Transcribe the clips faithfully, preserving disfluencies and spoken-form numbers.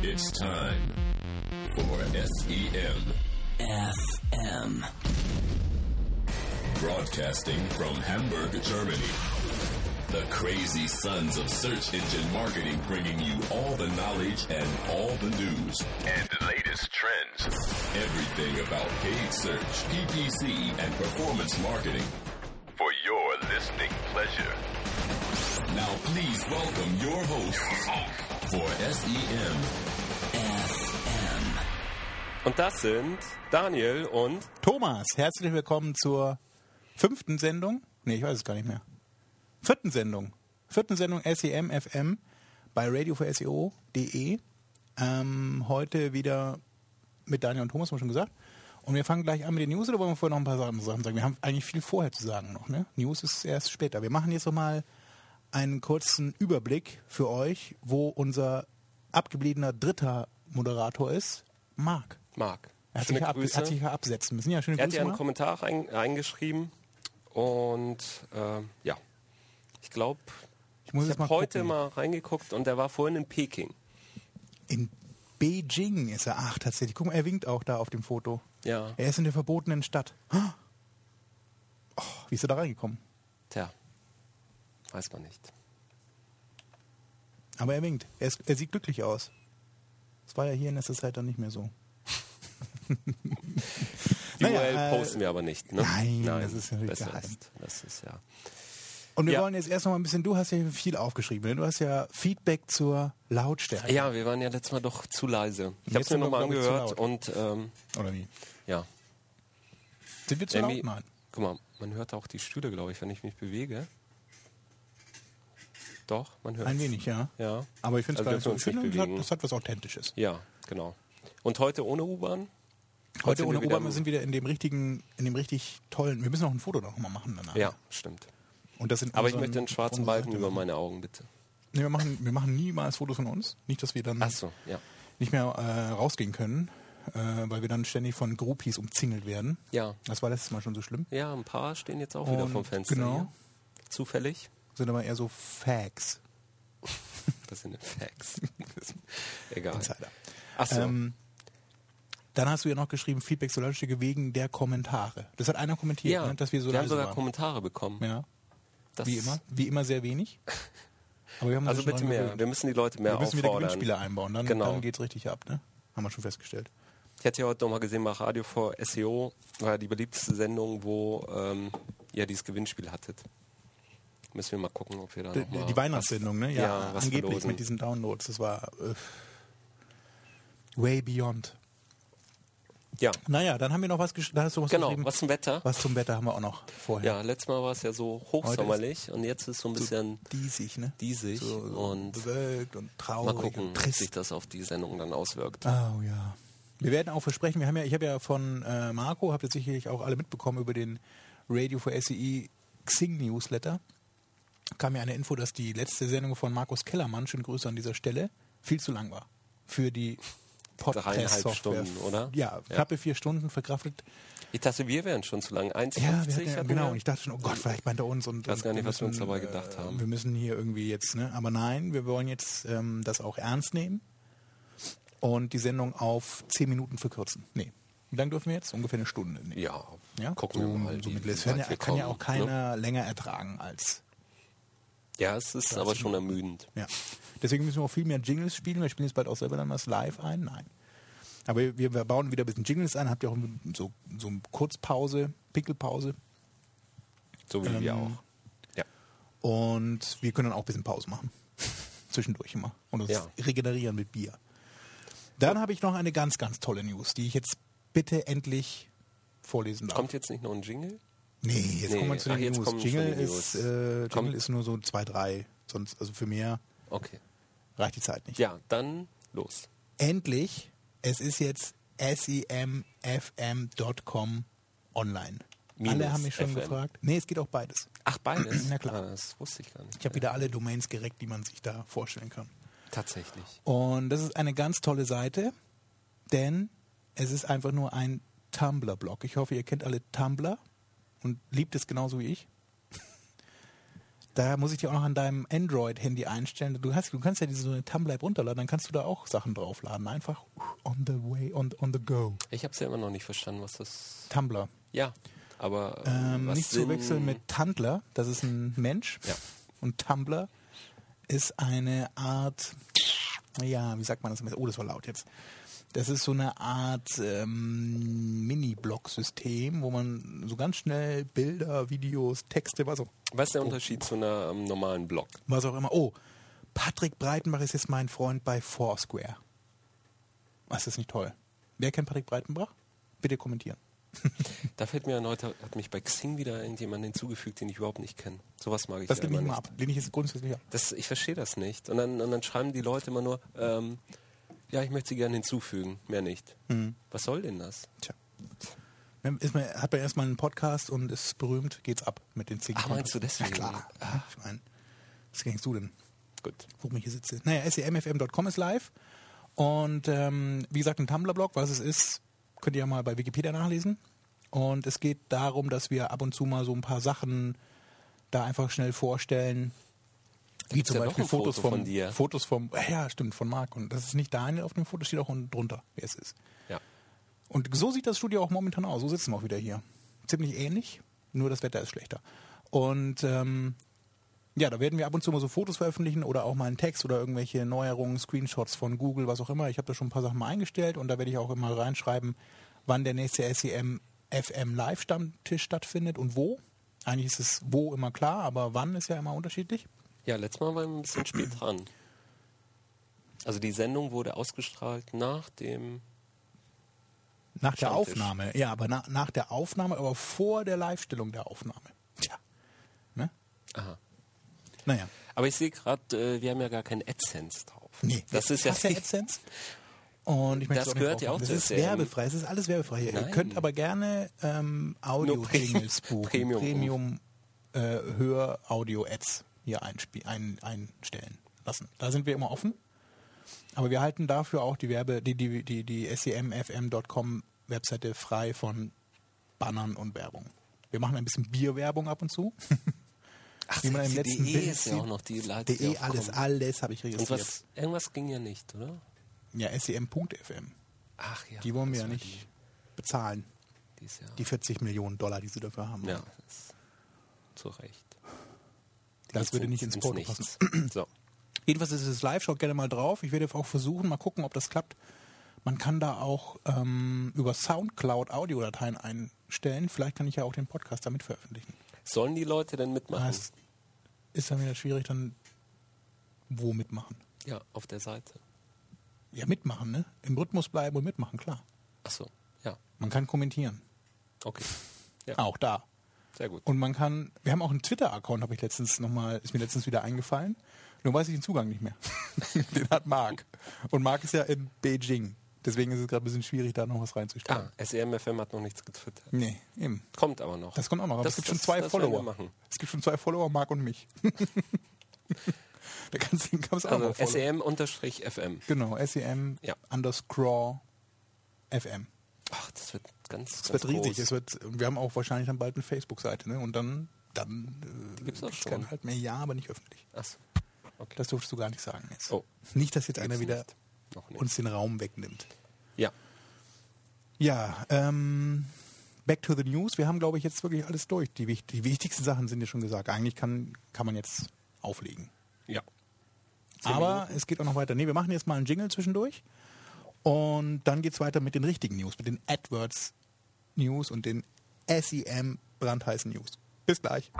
It's time for S E M F M. Broadcasting from Hamburg, Germany. The crazy sons of search engine marketing, bringing you all the knowledge and all the news and the latest trends. Everything about paid search, P P C, and performance marketing for your listening pleasure. Now please welcome your hosts for S E M F M. Und das sind Daniel und Thomas. Herzlich willkommen zur fünften Sendung. Nee, ich weiß es gar nicht mehr. Vierten Sendung. Vierten Sendung S E M F M bei radio für S E O punkt de. Ähm, heute wieder mit Daniel und Thomas, haben wir schon gesagt. Und wir fangen gleich an mit den News, oder wollen wir vorher noch ein paar Sachen sagen? Wir haben eigentlich viel vorher zu sagen noch, ne? News ist erst später. Wir machen jetzt noch mal einen kurzen Überblick für euch, wo unser abgebliebener dritter Moderator ist, Marc. Marc. Er hat schöne sich, ab, Grüße. hat sich ja absetzen müssen. Ja, schöne Er hat Grüße, ja einen Marc. Kommentar ein, eingeschrieben und äh, ja, ich glaube, Ich muss ich jetzt mal habe heute gucken. mal reingeguckt und der war vorhin in Peking. In Beijing ist er. Ach, tatsächlich. Guck mal, er winkt auch da auf dem Foto. Ja, Er ist in der verbotenen Stadt. Oh, wie ist er da reingekommen? tja, weiß man nicht. Aber er winkt. Er, ist, er sieht glücklich aus. Das war ja hier in letzter Zeit dann nicht mehr so. Die Naja, U R L äh, posten wir aber nicht, ne? nein, das ist natürlich besser geheim. Ist, das ist ja. Und wir Ja. wollen jetzt erst noch mal ein bisschen, du hast ja viel aufgeschrieben, ne? Du hast ja Feedback zur Lautstärke. Ja, wir waren ja letztes Mal doch zu leise. Ich Jetzt habe es mir sind wir, nochmal glaub ich, zu angehört laut. und ähm, Oder wie? ja. Sind wir zu Irgendwie- laut? Nein. Guck mal, man hört auch die Stühle, glaube ich, wenn ich mich bewege. Doch, man hört Ein wenig, ja. Ja. Aber ich finde es Also gar nicht so. dürfen wir Ich uns finde, nicht das hat, bewegen. das hat was Authentisches. Ja, genau. Und heute ohne U-Bahn? Heute sind ohne wir wieder U-Bahn, wir im- sind wieder in dem richtigen, in dem richtig tollen, wir müssen noch ein Foto noch mal machen danach. Ja, stimmt. Und das sind Aber ich unseren- möchte einen schwarzen unsere Balken Seite über machen. meine Augen, bitte. Nee, wir machen, wir machen niemals Fotos von uns. Nicht, dass wir dann Ach so, ja. nicht mehr äh, rausgehen können, äh, weil wir dann ständig von Groupies umzingelt werden. Ja. Das war letztes Mal schon so schlimm. Ja, ein paar stehen jetzt auch wieder Und vom Fenster. genau. Hier. Zufällig. Sind aber eher so Fags. Das sind Facts. Egal. Insider. Ach so. Ähm, dann hast du ja noch geschrieben, Feedback zur Lautstärke wegen der Kommentare. Das hat einer kommentiert, ja, ne, dass wir so wir haben leise sogar waren. Kommentare bekommen. Ja, Das wie immer. Wie immer sehr wenig. Aber wir haben uns Also schon bitte dran mehr. gewöhnt. Wir müssen die Leute mehr Wir müssen wieder auffordern. Gewinnspiele einbauen, dann, Genau. dann geht's richtig ab, ne? Haben wir schon festgestellt. Ich hatte ja heute nochmal gesehen, bei Radio vor S E O war ja die beliebteste Sendung, wo ähm, ihr dieses Gewinnspiel hattet. Müssen wir mal gucken, ob wir da Die, noch mal die Weihnachtssendung, ne? Ja, ja, was angeblich verlosen. mit diesen Downloads. Das war äh, way beyond. Ja, Naja, dann haben wir noch was geschrieben. Da hast du was genau. geschrieben. Was zum Wetter? Was zum Wetter haben wir auch noch vorher. Ja, letztes Mal war es ja so hochsommerlich und jetzt ist so ein bisschen Diesig, ne? diesig So, so und bewölkt und mal traurig gucken, und wie trist. sich das auf die Sendung dann auswirkt. Oh ja. Wir werden auch versprechen, wir haben ja, ich habe ja von äh, Marco, habt ihr sicherlich auch alle mitbekommen über den Radio for S E I Xing Newsletter, kam mir eine Info, dass die letzte Sendung von Markus Kellermann, schöne Grüße an dieser Stelle, viel zu lang war. Für die Dreieinhalb Podcast-Software. Stunden, oder? Ja, knappe vier Stunden verkraftet. Ich dachte, wir wären schon zu lang. eins Ja, wir fünfzig hatten, ja hatten genau. wir. Und ich dachte schon, oh Gott, vielleicht meint er uns. Und, Ich weiß und gar nicht, was wir uns müssen, dabei gedacht haben. Wir müssen hier irgendwie jetzt, ne? Aber nein, wir wollen jetzt ähm, das auch ernst nehmen und die Sendung auf zehn Minuten verkürzen. Nee. Wie lange dürfen wir jetzt? Ungefähr eine Stunde. Nee. Ja, Ja? gucken so, wir mal. So wie- mit wie Les weit kann, ja, wir kann ja kommen, auch keiner ne? länger ertragen als. Ja, es ist aber schon ermüdend. Ja. Deswegen müssen wir auch viel mehr Jingles spielen. Wir spielen jetzt bald auch selber dann was live ein. Nein. Aber wir, wir bauen wieder ein bisschen Jingles ein. Habt ihr auch so, so eine Kurzpause, Pickelpause. So wie wir Ähm, auch. Ja. Und wir können dann auch ein bisschen Pause machen. Zwischendurch immer. Und uns Ja. regenerieren mit Bier. Dann habe ich noch eine ganz, ganz tolle News, die ich jetzt bitte endlich vorlesen darf. Kommt jetzt nicht noch ein Jingle? Nee, jetzt Nee, kommen wir zu ach, den jetzt News. kommen schon Jingle, die ist, News. äh, Komm. Jingle ist nur so zwei, drei. Sonst, also für mehr Okay. reicht die Zeit nicht. Ja, dann los. Endlich, es ist jetzt S E M F M Punkt com online. Minus Alle haben mich schon F M. gefragt. Nee, es geht auch beides. Ach, beides? Na klar. Ah, das wusste ich gar nicht. Ich habe wieder alle Domains gereckt, die man sich da vorstellen kann. Tatsächlich. Und das ist eine ganz tolle Seite, denn es ist einfach nur ein Tumblr-Blog. Ich hoffe, ihr kennt alle Tumblr und liebt es genauso wie ich. Da muss ich dir auch noch an deinem Android-Handy einstellen. Du, hast, du kannst ja diese so eine Tumblr-App runterladen, dann kannst du da auch Sachen draufladen. Einfach on the way, on, on the go. Ich habe es ja immer noch nicht verstanden, was das... Tumblr. Ja, aber... Ähm, was nicht zu Sinn- wechseln mit Tandler, das ist ein Mensch. Ja. Und Tumblr ist eine Art, ja, wie sagt man das? Oh, das war laut jetzt. Das ist so eine Art ähm, Mini-Blog-System, wo man so ganz schnell Bilder, Videos, Texte, was auch, Was ist der Unterschied zu einer ähm, normalen Blog? was auch immer. Oh, Patrick Breitenbach ist jetzt mein Freund bei Foursquare. Was ist nicht toll? Wer kennt Patrick Breitenbach? Bitte kommentieren. Da fällt mir an, heute hat mich bei Xing wieder irgendjemand hinzugefügt, den ich überhaupt nicht kenne. Sowas mag ich Das ja lehne ich immer mal nicht. ab. Lehne ich jetzt grundsätzlich ab. Das, ich verstehe das nicht. Und dann, und dann schreiben die Leute immer nur, ähm, ja, ich möchte sie gerne hinzufügen, mehr nicht. Mhm. Was soll denn das? Tja. Ist man, hat man erstmal einen Podcast und ist berühmt, geht's ab mit den zehn. Ach, meinst du deswegen? Ja, klar. Ja, ich meine, was denkst du denn, Gut. wo ich hier sitze? Naja, S E M F M Punkt com ist live. Und ähm, wie gesagt, ein Tumblr-Blog, was es ist, könnt ihr ja mal bei Wikipedia nachlesen. Und es geht darum, dass wir ab und zu mal so ein paar Sachen da einfach schnell vorstellen. Wie gibt's zum ja Beispiel noch ein Fotos Foto vom, von dir. Fotos vom, ja, stimmt, von Marc. Und das ist nicht Daniel auf dem Foto, steht auch unten drunter, wer es ist. Ja. Und so sieht das Studio auch momentan aus. So sitzen wir auch wieder hier. Ziemlich ähnlich, nur das Wetter ist schlechter. Und ähm, ja, da werden wir ab und zu mal so Fotos veröffentlichen oder auch mal einen Text oder irgendwelche Neuerungen, Screenshots von Google, was auch immer. Ich habe da schon ein paar Sachen mal eingestellt und da werde ich auch immer reinschreiben, wann der nächste S E M F M Live-Stammtisch stattfindet und wo. Eigentlich ist es wo immer klar, aber wann ist ja immer unterschiedlich. Ja, letztes Mal waren wir ein bisschen spät dran. Also die Sendung wurde ausgestrahlt nach dem... Nach der Stammtisch. Aufnahme, ja, aber na, nach der Aufnahme, aber vor der Live-Stellung der Aufnahme. Tja. Ne? Aha. Naja. Aber ich sehe gerade, äh, wir haben ja gar kein AdSense drauf. Nee, das ist ja... hast ja AdSense. Und ich möchte Das es auch gehört nicht ja auch drauf machen. zu Das ist S E M. werbefrei, es ist alles werbefrei. Ihr Nein. könnt aber gerne ähm, Audio-Jingles buchen. Premium. Premium äh, Hör-Audio-Ads hier einspie- ein, einstellen lassen. Da sind wir immer offen. Aber wir halten dafür auch die Werbe, die, die, die, die S E M F M Punkt com Webseite frei von Bannern und Werbung. Wir machen ein bisschen Bierwerbung ab und zu. Ach, Wie man im die letzten D E Bild ist ja sieht. auch noch die Leute, D E, alles, alles habe ich Und registriert. was, irgendwas ging ja nicht, oder? Ja, S E M Punkt F M. Ach ja. Die wollen wir das ja war nicht bezahlen. Die, die ist ja... Die vierzig Millionen Dollar, die sie dafür haben. ja, das ist zu Recht. Das würde nicht ins Porto passen. Nichts. So. Jedenfalls ist es live, schaut gerne mal drauf. Ich werde auch versuchen, mal gucken, ob das klappt. Man kann da auch ähm, über Soundcloud Audiodateien einstellen. Vielleicht kann ich ja auch den Podcast damit veröffentlichen. Sollen die Leute denn mitmachen? Das ist dann wieder schwierig, dann wo mitmachen? Ja, auf der Seite. Ja, mitmachen, ne? Im Rhythmus bleiben und mitmachen, klar. Ach so, ja, Man kann kommentieren. okay. Ja, Auch da. sehr gut. Und man kann, wir haben auch einen Twitter-Account, habe ich letztens nochmal, ist mir letztens wieder eingefallen. Nur weiß ich den Zugang nicht mehr. Den hat Marc. Und Marc ist ja in Beijing. Deswegen ist es gerade ein bisschen schwierig, da noch was reinzustellen. Ah, S E M F M hat noch nichts getwittert. Nee, eben. Kommt aber noch. Das kommt auch noch. Aber Das- es gibt schon das- zwei das werden wir Follower. machen. Es gibt schon zwei Follower, Marc und mich. da kannst du kannst du auch Also noch followen. S E M unterstrich F M. Genau, S E M Ja. underscore F M. Ach, das wird ganz, Es ganz wird riesig. groß. Es wird, wir haben auch wahrscheinlich dann bald eine Facebook-Seite. Ne? Und dann, dann äh, gibt's auch gibt's schon. keinen halt mehr. Ja, aber nicht öffentlich. Ach so. Okay. Das durftest du gar nicht sagen jetzt. Oh. Nicht, dass jetzt Gibt's einer wieder nicht. Noch nicht. uns den Raum wegnimmt. Ja. Ja, ähm, back to the news. Wir haben, glaube ich, jetzt wirklich alles durch. Die, wich- die wichtigsten Sachen sind ja schon gesagt. Eigentlich kann, kann man jetzt auflegen. Ja. Zehn Aber Minuten. es geht auch noch weiter. Nee, wir machen jetzt mal einen Jingle zwischendurch. Und dann geht es weiter mit den richtigen News, mit den AdWords News und den S E M brandheißen News. Bis gleich.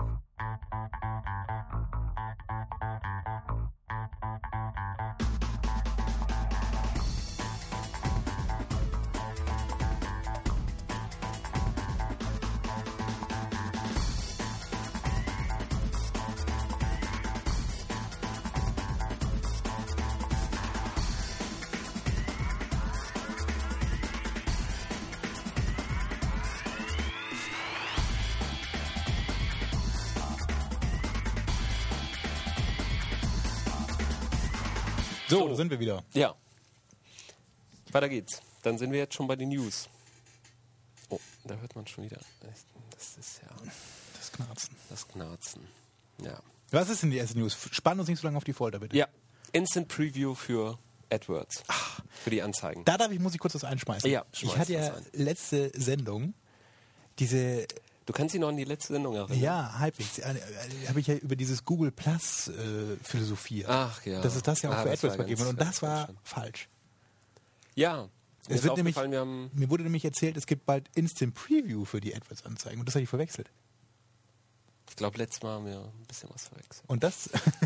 So, da sind wir wieder. Ja. Weiter geht's. Dann sind wir jetzt schon bei den News. Oh, da hört man schon wieder. Das ist ja Das Knarzen. das Knarzen. Ja. Was ist denn die erste News? Spann uns nicht so lange auf die Folter, bitte. Ja, Instant Preview für AdWords. Ach, für die Anzeigen. Da darf ich, muss ich kurz was einschmeißen. Ja, ich hatte ja ein. letzte Sendung diese... Du kannst dich noch an die letzte Sendung erinnern? Ja, halbwegs. Äh, habe ich ja über dieses Google Plus äh, philosophiert. Ach ja. Dass es das ja auch ah, für AdWords vergeben wird. Und das ganz war schön. falsch. Ja, mir Es ist wird nämlich, aufgefallen, wir haben... mir wurde nämlich erzählt, es gibt bald Instant Preview für die AdWords-Anzeigen. Und das habe ich verwechselt. Ich glaube, letztes Mal haben wir ein bisschen was verwechselt. Und das,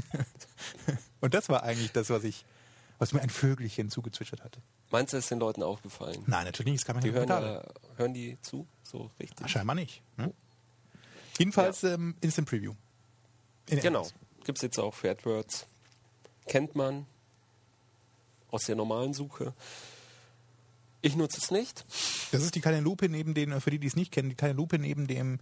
und das war eigentlich das, was ich, was mir ein Vögelchen zugezwitschert hatte. Meinst du, es ist den Leuten aufgefallen? Nein, natürlich nicht. Es kann man Die keine hören, Kommentare. äh, hören die zu? So richtig? Ach, scheinbar nicht. Ne? Jedenfalls Ja. ähm, Instant Preview. In Genau. AdWords. Gibt es jetzt auch für AdWords. Kennt man aus der normalen Suche. Ich nutze es nicht. Das ist die kleine Lupe neben den, für die, die es nicht kennen, die kleine Lupe neben dem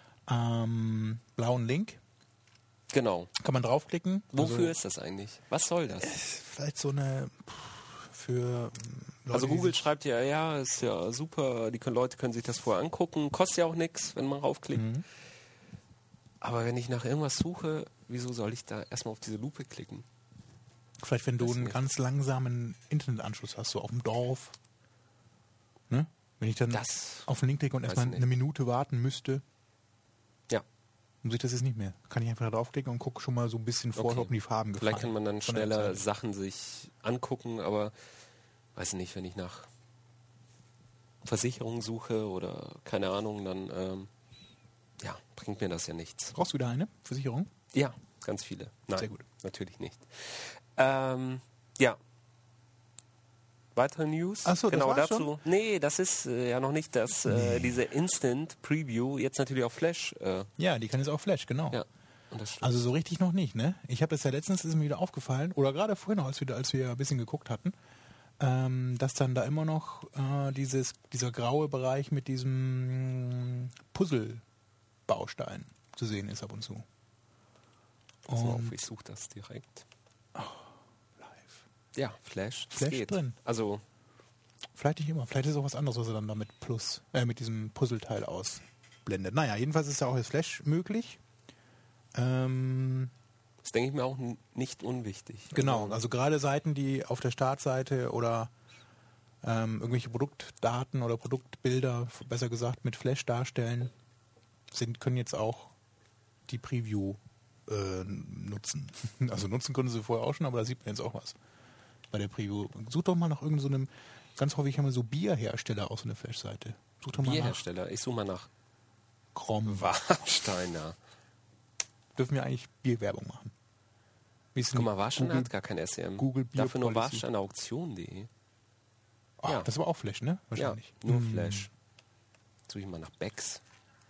ähm, blauen Link. Genau. Kann man draufklicken. Wofür Also, ist das eigentlich? Was soll das? vielleicht so eine pff, für ähm, Leute, Also die Google sich- schreibt ja, ja, ist ja super, die können, Leute können sich das vorher angucken, kostet ja auch nichts, wenn man raufklickt. Mhm. Aber wenn ich nach irgendwas suche, wieso soll ich da erstmal auf diese Lupe klicken? Vielleicht, wenn du Weiß einen nicht. ganz langsamen Internetanschluss hast, so auf dem Dorf. Ne? Wenn ich dann Das auf den Link klicke und weiß erstmal ich nicht. eine Minute warten müsste, Ja, muss ich das jetzt nicht mehr. Kann ich einfach da draufklicken und gucke schon mal so ein bisschen vorher, Okay. ob mir die Farben gefallen. vielleicht kann man dann von der schneller Anzeige. Sachen sich angucken, aber weiß nicht, wenn ich nach Versicherungen suche oder keine Ahnung, dann ähm, ja, bringt mir das ja nichts. Brauchst du wieder eine Versicherung? Ja, ganz viele. Nein, Sehr gut. natürlich nicht. Ähm, ja. Weitere News? Ach so, das genau war's dazu. schon? Nee, das ist äh, ja noch nicht das, äh, diese Instant Preview, jetzt natürlich auf Flash. Äh, Ja, die kann jetzt auch Flash, genau. ja. Und das Also so richtig noch nicht, ne? Ich habe das ja letztens, ist mir wieder aufgefallen, oder gerade vorhin noch, als wir, als wir ein bisschen geguckt hatten, ähm, dass dann da immer noch äh, dieses, dieser graue Bereich mit diesem Puzzle-Baustein zu sehen ist ab und zu. Pass mal auf, Und ich suche das direkt. live. Ja, Flash. das Flash geht. drin. Also, Vielleicht nicht immer, vielleicht ist auch was anderes, was er dann damit plus, äh, mit diesem Puzzleteil ausblendet. Naja, jedenfalls ist ja auch das Flash möglich. Ähm, das denke ich mir auch n- nicht unwichtig. Genau, Also, also gerade Seiten, die auf der Startseite oder ähm, irgendwelche Produktdaten oder Produktbilder, f- besser gesagt, mit Flash darstellen, sind, können jetzt auch die Preview äh, nutzen. Also nutzen können sie vorher auch schon, aber da sieht man jetzt auch was bei der Preview. Such doch mal nach irgendeinem, so ganz häufig haben wir so Bierhersteller aus so einer Flash-Seite. Such doch mal nach Bierhersteller. Ich suche mal nach Krom. Warsteiner. Dürfen wir eigentlich Bierwerbung machen? Wie ist denn Guck mal, Warsteiner Google- hat gar kein S E M. Google Bier Dafür nur Policy. warsteiner auktion punkt de. Ah, ja. Das war auch Flash, ne? Wahrscheinlich. Ja, nur Hm. Flash. Suche ich mal nach Becks.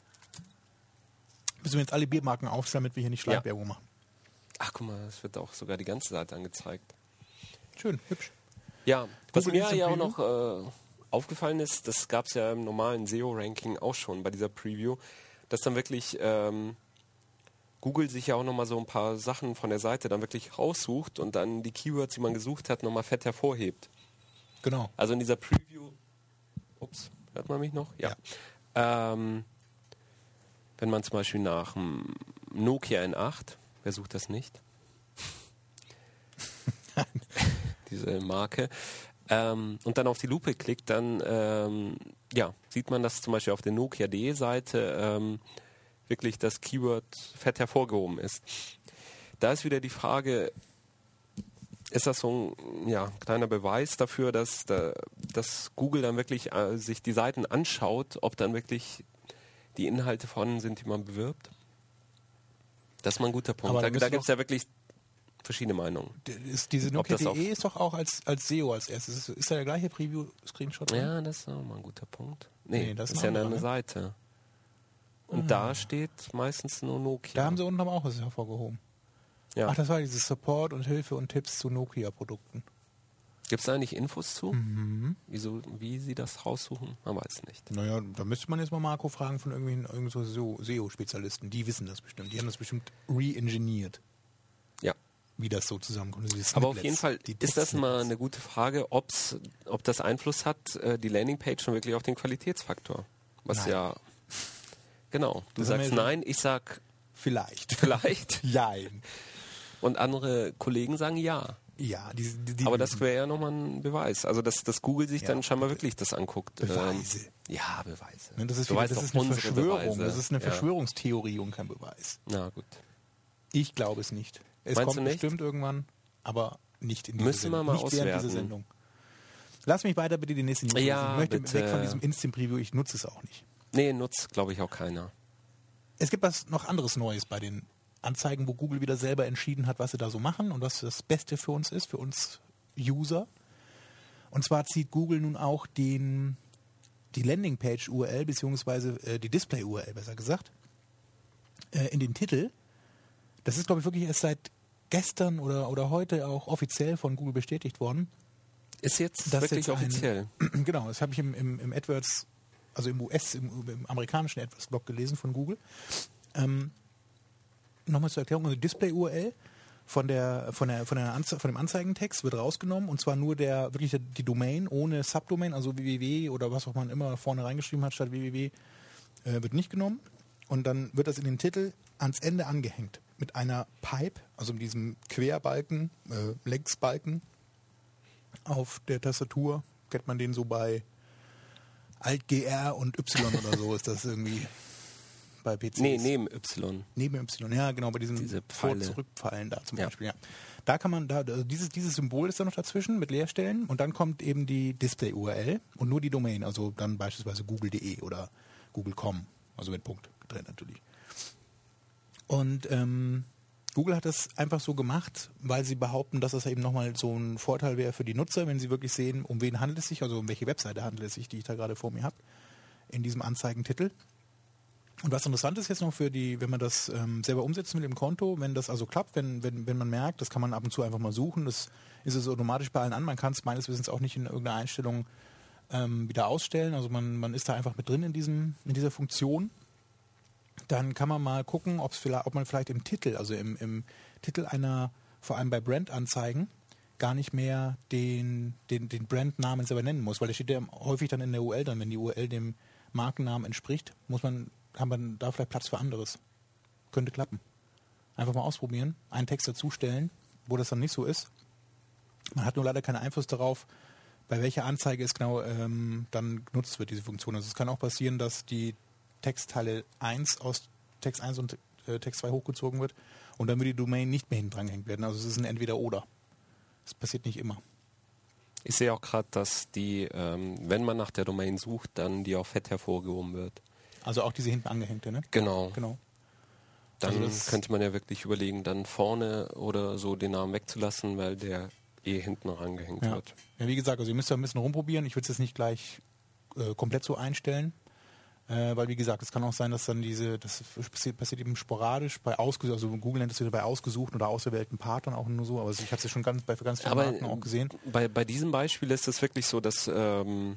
Müssen wir jetzt alle Biermarken aufstellen, damit wir hier nicht Ja. Schleichwerbung machen. Ach, guck mal, es wird auch sogar die ganze Seite angezeigt. Schön, hübsch. Ja, was Google mir Instant ja auch Preview? noch äh, aufgefallen ist, das gab es ja im normalen S E O-Ranking auch schon bei dieser Preview, dass dann wirklich ähm, Google sich ja auch nochmal so ein paar Sachen von der Seite dann wirklich raussucht und dann die Keywords, die man gesucht hat, nochmal fett hervorhebt. Genau. Also in dieser Preview, ups, hört man mich noch? Ja. Ähm, wenn man zum Beispiel nach einem Nokia N acht, wer sucht das nicht? Diese Marke. Ähm, und dann auf die Lupe klickt, dann ähm, ja, sieht man, dass zum Beispiel auf der Nokia punkt de Seite ähm, wirklich das Keyword fett hervorgehoben ist. Da ist wieder die Frage, ist das so ein ja, kleiner Beweis dafür, dass, da, dass Google dann wirklich äh, sich die Seiten anschaut, ob dann wirklich die Inhalte vorhanden sind, die man bewirbt? Das ist mal ein guter Punkt. Aber Da, da müssen da gibt es doch- ja wirklich verschiedene Meinungen. D- Ist diese Ob das Nokia.de auf- ist doch auch als, als S E O als erstes. Ist, ist da der gleiche Preview-Screenshot drin? Ja, das ist auch mal ein guter Punkt. Nee, Nee, das das ist ist ja ein eine anderer, ne? Seite. Und da steht meistens nur Nokia. Da haben sie unten aber auch was hervorgehoben. ja. Ach, das war dieses Support und Hilfe und Tipps zu Nokia-Produkten. Gibt es da eigentlich Infos zu? Mhm. Wieso, wie sie das raussuchen? Man weiß nicht. Naja, da müsste man jetzt mal Marco fragen von irgendwelchen, irgend so S E O-Spezialisten. Die wissen das bestimmt. Die haben das bestimmt re-engineert, Ja. wie das so zusammenkommt. Diese Aber auf Snippets, jeden Fall die ist das mal Snippets. eine gute Frage, ob's, ob das Einfluss hat, äh, die Landingpage schon wirklich auf den Qualitätsfaktor. Was Nein. ja, genau. Du Das haben sagst wir ja- nein, ich sag Vielleicht. Vielleicht. Jein. Und andere Kollegen sagen ja. Ja, die, die, die Aber das wäre ja nochmal ein Beweis. Also, dass, dass Google sich Ja, dann scheinbar wirklich das anguckt. Beweise. Ähm, ja, Beweise. Ne, das ist, wieder, Beweis das doch ist eine unsere Verschwörung. Beweise. Das ist eine Ja. Verschwörungstheorie und kein Beweis. Na gut. Ich glaube es nicht. Es Meinst kommt du nicht? bestimmt irgendwann, aber nicht in dieser Müssen wir Sendung. mal nicht während auswerten. dieser Sendung. Lass mich weiter bitte die nächste News Ja, lesen. Ich möchte bitte. weg von diesem Instant-Preview. Ich nutze es auch nicht. Nee, nutzt, glaube ich, auch keiner. Es gibt was noch anderes Neues bei den Anzeigen, wo Google wieder selber entschieden hat, was sie da so machen und was das Beste für uns ist, für uns User. Und zwar zieht Google nun auch den, die Landingpage-U R L beziehungsweise äh, die Display-U R L, besser gesagt, äh, in den Titel. Das ist, glaube ich, wirklich erst seit gestern oder, oder heute auch offiziell von Google bestätigt worden. Ist jetzt Das wirklich jetzt ein- offiziell. Genau, das habe ich im, im, im AdWords, also im U S, im, im amerikanischen AdWords-Blog gelesen von Google. Ähm, Nochmal zur Erklärung, also die Display-U R L von, der, von, der, von, der Anze von dem Anzeigentext wird rausgenommen und zwar nur der wirklich der, die Domain ohne Subdomain, also www oder was auch man immer vorne reingeschrieben hat statt www, äh, wird nicht genommen. Und dann wird das in den Titel ans Ende angehängt mit einer Pipe, also mit diesem Querbalken, äh, Längsbalken auf der Tastatur. Kennt man den so bei Alt-G R und Y oder so, ist das irgendwie bei P Cs. Nee, neben Y. Neben Y, ja genau, bei diesen Diese Vor- Pfeile. Zurückpfeilen da zum Ja. Beispiel. Ja. Da kann man, da also dieses, dieses Symbol ist da noch dazwischen mit Leerstellen und dann kommt eben die Display-U R L und nur die Domain, also dann beispielsweise google punkt de oder google punkt com, also mit Punkt getrennt natürlich. Und ähm, Google hat das einfach so gemacht, weil sie behaupten, dass das eben nochmal so ein Vorteil wäre für die Nutzer, wenn sie wirklich sehen, um wen handelt es sich, also um welche Webseite handelt es sich, die ich da gerade vor mir habe, in diesem Anzeigentitel. Und was interessant ist jetzt noch für die, wenn man das ähm, selber umsetzen will im Konto, wenn das also klappt, wenn, wenn, wenn man merkt, das kann man ab und zu einfach mal suchen, das ist es automatisch bei allen an, man kann es meines Wissens auch nicht in irgendeiner Einstellung ähm, wieder ausstellen, also man, man ist da einfach mit drin in, diesem, in dieser Funktion. Dann kann man mal gucken, ob's vielleicht, ob man vielleicht im Titel, also im, im Titel einer, vor allem bei Brandanzeigen, gar nicht mehr den, den, den Brandnamen selber nennen muss, weil der steht ja häufig dann in der U R L dann, wenn die U R L dem Markennamen entspricht, muss man, haben wir da vielleicht Platz für anderes. Könnte klappen. Einfach mal ausprobieren, einen Text dazustellen, wo das dann nicht so ist. Man hat nur leider keinen Einfluss darauf, bei welcher Anzeige es genau ähm, dann genutzt wird, diese Funktion. Also es kann auch passieren, dass die Textteile eins aus Text eins und äh, Text zwei hochgezogen wird und dann würde die Domain nicht mehr hinten dran gehängt werden. Also es ist ein Entweder-Oder. Das passiert nicht immer. Ich sehe auch gerade, dass die, ähm, wenn man nach der Domain sucht, dann die auch fett hervorgehoben wird. Also auch diese hinten angehängte, ne? Genau. Genau. Dann Also das- könnte man ja wirklich überlegen, dann vorne oder so den Namen wegzulassen, weil der eh hinten rangehängt Ja. wird. Ja, wie gesagt, also ihr müsst da ein bisschen rumprobieren. Ich würde es jetzt nicht gleich äh, komplett so einstellen. Äh, weil wie gesagt, es kann auch sein, dass dann diese, das passiert, passiert eben sporadisch bei ausgesucht, also Google nennt es wieder bei ausgesuchten oder auserwählten Partnern auch nur so, aber ich habe es ja schon ganz bei ganz vielen Aber Marken auch gesehen. bei, bei diesem Beispiel ist es wirklich so, dass ähm,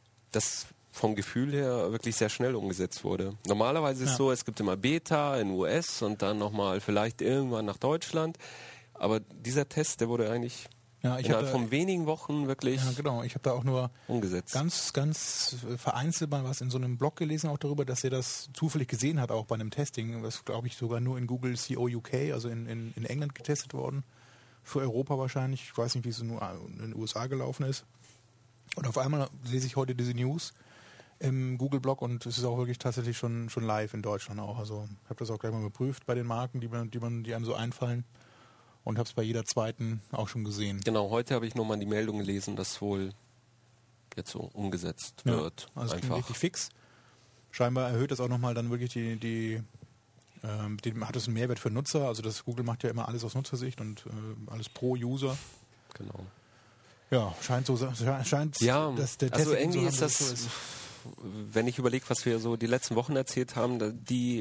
das vom Gefühl her wirklich sehr schnell umgesetzt wurde. Normalerweise ist es Ja. so, es gibt immer Beta in U S und dann nochmal vielleicht irgendwann nach Deutschland. Aber dieser Test, der wurde eigentlich Ja, ich innerhalb hab da- von wenigen Wochen wirklich Ja, genau. Ich habe da auch nur umgesetzt. ganz, ganz äh, vereinzelt mal was in so einem Blog gelesen, auch darüber, dass er das zufällig gesehen hat, auch bei einem Testing. Das glaube ich sogar nur in Google C O U K, also in, in, in England getestet worden. Für Europa wahrscheinlich. Ich weiß nicht, wie es in den U S A gelaufen ist. Und auf einmal lese ich heute diese News im Google-Blog und es ist auch wirklich tatsächlich schon, schon live in Deutschland auch. Also ich habe das auch gleich mal geprüft bei den Marken, die, man, die, man, die einem so einfallen. Und habe es bei jeder zweiten auch schon gesehen. Genau, heute habe ich nochmal die Meldung gelesen, dass wohl jetzt so umgesetzt wird. Ja, also es ging Einfach. richtig fix. Scheinbar erhöht das auch nochmal dann wirklich die, die ähm, die, hat das einen Mehrwert für Nutzer. Also das Google macht ja immer alles aus Nutzersicht und äh, alles pro User. Genau. Ja, scheint so, scheint, Ja, dass der also Testing irgendwie so ist haben, das, dass es so ist. wenn ich überlege, was wir so die letzten Wochen erzählt haben, da- die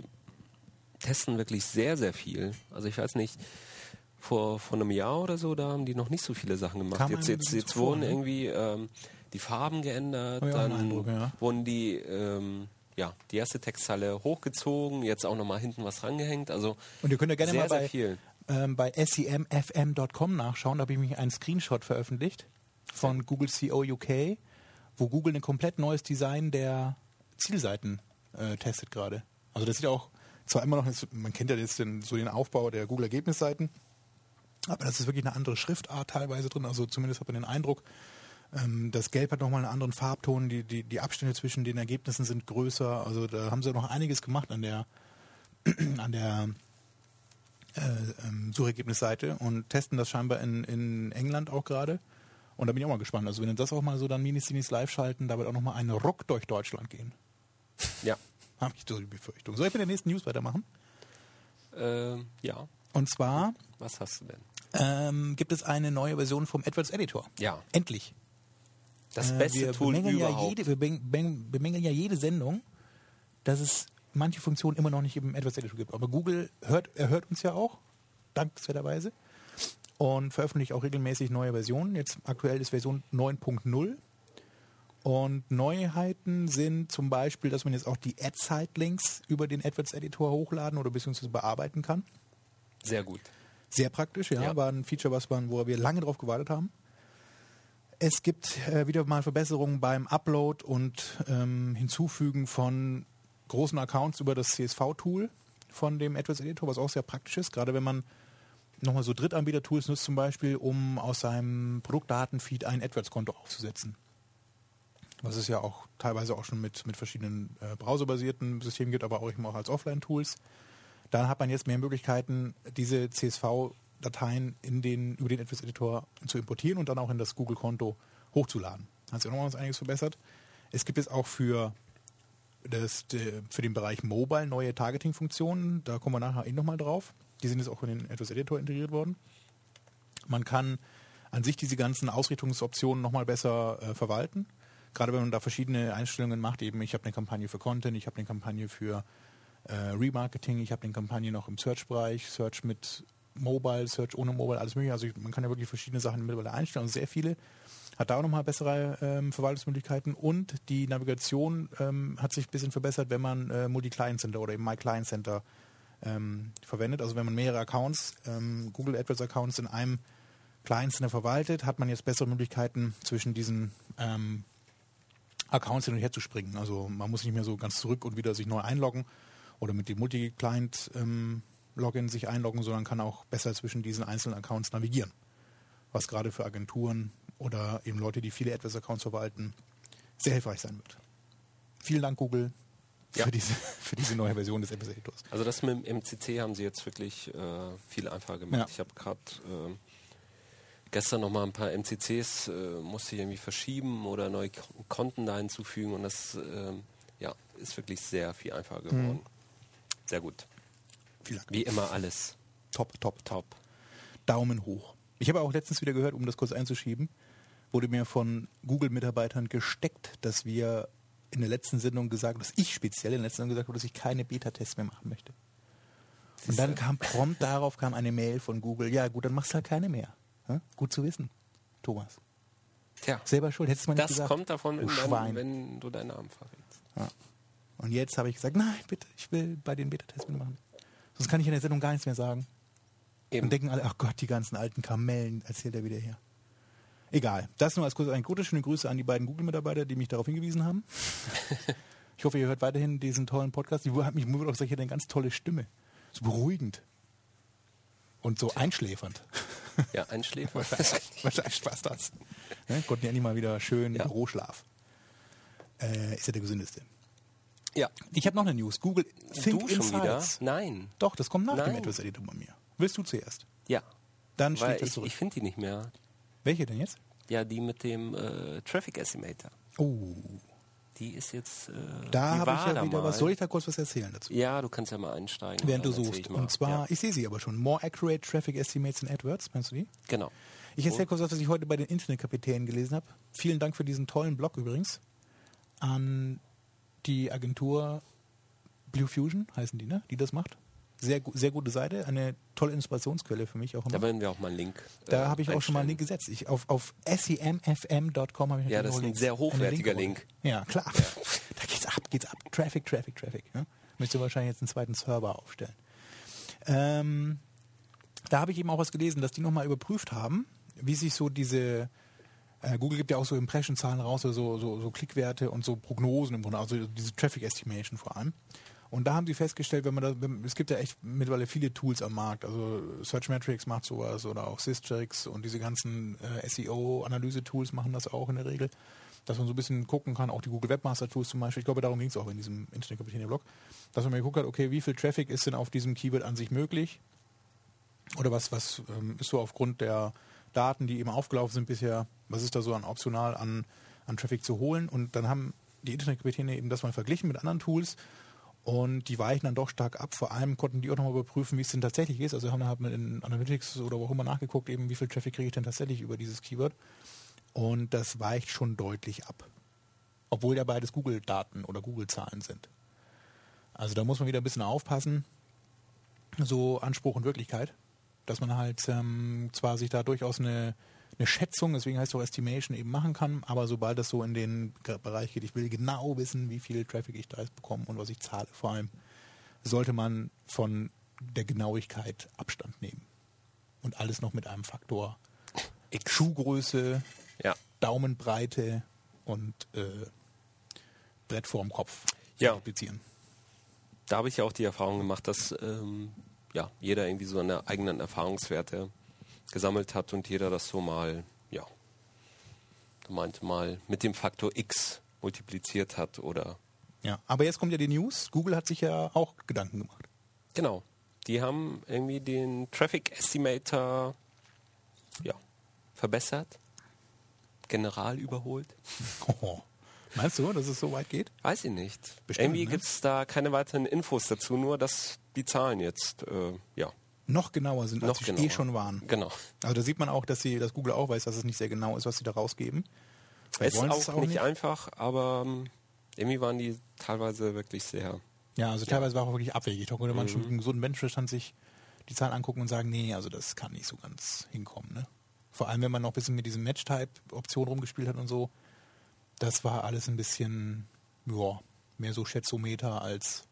testen wirklich sehr, sehr viel. Also ich weiß nicht, vor, vor einem Jahr oder so, da haben die noch nicht so viele Sachen gemacht. Kam Jetzt, einem ein jetzt, bisschen jetzt so vor, wurden ne? irgendwie ähm, die Farben geändert, Hab ich auch den dann Eindruck, ja. wurden die, ähm, ja, die erste Textzeile hochgezogen, jetzt auch nochmal hinten was rangehängt. Also Und ihr könnt ja gerne sehr, mal bei, sehr viel. ähm, bei S E M F M Punkt com nachschauen. Da habe ich mich einen Screenshot veröffentlicht von Google C O U K, wo Google ein komplett neues Design der Zielseiten äh, testet gerade. Also das sieht auch Zwar immer noch, man kennt ja jetzt den, so den Aufbau der Google-Ergebnisseiten, aber das ist wirklich eine andere Schriftart teilweise drin, also zumindest hat man den Eindruck, ähm, das Gelb hat nochmal einen anderen Farbton, die, die, die Abstände zwischen den Ergebnissen sind größer, also da haben sie noch einiges gemacht an der, an der äh, ähm, Suchergebnisseite und testen das scheinbar in, in England auch gerade. Und da bin ich auch mal gespannt. Also wenn wir das auch mal so dann Mini-Cinis live schalten, da wird auch nochmal ein Ruck durch Deutschland gehen. Ja. Habe ich so die Befürchtung. Soll ich mit der nächsten News weitermachen? Ähm, ja. Und zwar Was hast du denn? ähm, gibt es eine neue Version vom AdWords Editor. Ja. Endlich. Das Äh, beste wir Tool bemängeln ja überhaupt. jede, wir beng- beng- bemängeln ja jede Sendung, dass es manche Funktionen immer noch nicht im AdWords Editor gibt. Aber Google hört, er hört uns ja auch, dankenswerterweise, und veröffentlicht auch regelmäßig neue Versionen. Jetzt aktuell ist Version neun Punkt null. Und Neuheiten sind zum Beispiel, dass man jetzt auch die Ad-Site-Links über den AdWords Editor hochladen oder beziehungsweise bearbeiten kann. Sehr gut. Sehr praktisch, ja. Ja. War ein Feature, was man, wo wir lange drauf gewartet haben. Es gibt äh, wieder mal Verbesserungen beim Upload und ähm, Hinzufügen von großen Accounts über das C S V-Tool von dem AdWords Editor, was auch sehr praktisch ist, gerade wenn man nochmal so Drittanbieter-Tools nutzt zum Beispiel, um aus seinem Produktdatenfeed ein AdWords-Konto aufzusetzen. Was es ja auch teilweise auch schon mit, mit verschiedenen äh, browserbasierten Systemen gibt, aber auch eben auch als Offline-Tools. Dann hat man jetzt mehr Möglichkeiten, diese C S V-Dateien in den, über den AdWords Editor zu importieren und dann auch in das Google-Konto hochzuladen. Hat sich auch nochmal was einiges verbessert. Es gibt jetzt auch für, das, für den Bereich Mobile neue Targeting-Funktionen. Da kommen wir nachher eh nochmal drauf. Die sind jetzt auch in den AdWords Editor integriert worden. Man kann an sich diese ganzen Ausrichtungsoptionen nochmal besser äh, verwalten. Gerade wenn man da verschiedene Einstellungen macht, eben ich habe eine Kampagne für Content, ich habe eine Kampagne für äh, Remarketing, ich habe eine Kampagne noch im Search-Bereich, Search mit Mobile, Search ohne Mobile, alles mögliche. Also ich, man kann ja wirklich verschiedene Sachen mittlerweile einstellen, also sehr viele. Hat da auch nochmal bessere ähm, Verwaltungsmöglichkeiten und die Navigation ähm, hat sich ein bisschen verbessert, wenn man äh, Multi-Client Center oder eben My Client Center ähm, verwendet. Also wenn man mehrere Accounts, ähm, Google AdWords Accounts in einem Client Center verwaltet, hat man jetzt bessere Möglichkeiten zwischen diesen ähm, Accounts hin und her zu springen. Also man muss nicht mehr so ganz zurück und wieder sich neu einloggen oder mit dem Multi-Client-Login ähm, sich einloggen, sondern kann auch besser zwischen diesen einzelnen Accounts navigieren. Was gerade für Agenturen oder eben Leute, die viele AdWords-Accounts verwalten, sehr hilfreich sein wird. Vielen Dank, Google, für, Ja. diese, für diese neue Version des AdWords Editors. Also das mit dem M C C haben sie jetzt wirklich äh, viel einfacher gemacht. Ja. Ich habe gerade äh, gestern noch mal ein paar M C Cs, äh, musste ich irgendwie verschieben oder neue K- Konten da hinzufügen und das äh, ja, ist wirklich sehr viel einfacher geworden. Sehr gut. Vielen Dank. Wie immer alles Top, top, top. Daumen hoch. Ich habe auch letztens wieder gehört, um das kurz einzuschieben, wurde mir von Google-Mitarbeitern gesteckt, dass wir in der letzten Sendung gesagt, dass ich speziell in der letzten Sendung gesagt habe, dass ich keine Beta-Tests mehr machen möchte. Und dann kam prompt darauf kam eine Mail von Google, ja gut, dann machst du halt keine mehr. Ja? Gut zu wissen, Thomas. Tja, Selber schuld, hättest du mal nicht das gesagt. kommt davon, du wenn, Schwein. dann, wenn du deinen Namen verrätst. Ja. Und jetzt habe ich gesagt, nein, bitte, ich will bei den Beta-Tests mitmachen. Sonst kann ich in der Sendung gar nichts mehr sagen. Eben. Und denken alle, ach Gott, die ganzen alten Kamellen, erzählt er wieder her. Egal. Das nur als kurze Anekdote. Schöne Grüße an die beiden Google-Mitarbeiter, die mich darauf hingewiesen haben. Ich hoffe, ihr hört weiterhin diesen tollen Podcast. Die hat mich mir wird auch gesagt, ich hätte eine ganz tolle Stimme. So beruhigend. Und so einschläfernd. Ja, Einschläfer. Wahrscheinlich Spaß das. Ne? Konnten ja endlich mal wieder schön Ja. Büroschlaf. Äh, ist ja der gesündeste. Ja, Ich habe noch eine News. Google Think du schon wieder? Insights. Nein. Doch, das kommt nach dem Nein. AdWords Editor bei mir. Willst du zuerst? Ja, Dann weil schlägt das ich, zurück. ich finde die nicht mehr. Welche denn jetzt? Ja, die mit dem äh, Traffic Estimator. Oh, Die ist jetzt. Äh, da die habe ich war ja da wieder mal. was. Soll ich da kurz was erzählen dazu? Ja, du kannst ja mal einsteigen. Während du dann erzähl suchst. ich mal. Und zwar, Ja, ich sehe sie aber schon. More Accurate Traffic Estimates in AdWords. Meinst du die? genau. Ich erzähle kurz was, was ich heute bei den Internetkapitänen gelesen habe. Vielen Dank für diesen tollen Blog übrigens an die Agentur Blue Fusion, heißen die, ne? Die das macht. Sehr, gu- sehr gute Seite, eine tolle Inspirationsquelle für mich auch Da immer. werden wir auch mal einen Link. Da äh, habe ich auch schon mal einen Link einstellen. gesetzt. Ich, auf auf semfm Punkt com habe ich Ja, natürlich das ist auch ein Links. sehr Eine hochwertiger Linkrunde. Link. Ja, klar. Da geht's ab, geht's ab. Traffic, Traffic, Traffic. Ne? Müsst ihr wahrscheinlich jetzt einen zweiten Server aufstellen. Ähm, da habe ich eben auch was gelesen, dass die nochmal überprüft haben, wie sich so diese äh, Google gibt ja auch so Impression-Zahlen raus, also so, so, so Klickwerte und so Prognosen im Grunde, also diese Traffic Estimation vor allem. Und da haben sie festgestellt, wenn man das, wenn, es gibt ja echt mittlerweile viele Tools am Markt, also Searchmetrics macht sowas oder auch Systrix und diese ganzen äh, S E O-Analyse-Tools machen das auch in der Regel, dass man so ein bisschen gucken kann, auch die Google Webmaster Tools zum Beispiel, ich glaube, darum ging es auch in diesem Internet-Kapitän-Blog, dass man mal geguckt hat, okay, wie viel Traffic ist denn auf diesem Keyword an sich möglich oder was, was ähm, ist so aufgrund der Daten, die eben aufgelaufen sind bisher, was ist da so an optional an, an Traffic zu holen, und dann haben die Internetkapitäne eben das mal verglichen mit anderen Tools und die weichen dann doch stark ab. Vor allem konnten die auch nochmal überprüfen, wie es denn tatsächlich ist. Also haben dann in Analytics oder wo auch immer nachgeguckt, eben wie viel Traffic kriege ich denn tatsächlich über dieses Keyword. Und das weicht schon deutlich ab. Obwohl ja beides Google-Daten oder Google-Zahlen sind. Also da muss man wieder ein bisschen aufpassen. So Anspruch und Wirklichkeit. Dass man halt ähm, zwar sich da durchaus eine eine Schätzung, deswegen heißt es auch Estimation, eben machen kann, aber sobald das so in den Bereich geht, ich will genau wissen, wie viel Traffic ich da jetzt bekomme und was ich zahle, vor allem, sollte man von der Genauigkeit Abstand nehmen. Und alles noch mit einem Faktor X. Schuhgröße, Ja. Daumenbreite und äh, Brett vorm Kopf Ja. multiplizieren. Da habe ich ja auch die Erfahrung gemacht, dass ähm, ja, jeder irgendwie so seine eigenen Erfahrungswerte gesammelt hat und jeder das so mal, ja, du meinte mal, mit dem Faktor X multipliziert hat oder... Ja, aber jetzt kommt ja die News. Google hat sich ja auch Gedanken gemacht. Genau. Die haben irgendwie den Traffic Estimator, ja, verbessert, general überholt. Oh. Meinst du, dass es so weit geht? Weiß ich nicht. Bestimmt, irgendwie ne? gibt es da keine weiteren Infos dazu, nur dass die Zahlen jetzt, äh, ja, Noch genauer sind, als noch sie genauer eh schon waren. Genau. Also da sieht man auch, dass sie, dass Google auch weiß, dass es nicht sehr genau ist, was sie da rausgeben. Vielleicht Es ist wollen auch, sie es nicht, nicht. einfach, aber ähm, irgendwie waren die teilweise wirklich sehr... Ja, also teilweise war auch wirklich abwegig. Da konnte man Mhm. schon mit einem gesunden Menschenverstand sich die Zahlen angucken und sagen, nee, also das kann nicht so ganz hinkommen. Ne? Vor allem, wenn man noch ein bisschen mit diesem Match-Type-Option rumgespielt hat und so. Das war alles ein bisschen, ja, mehr so Schätzometer als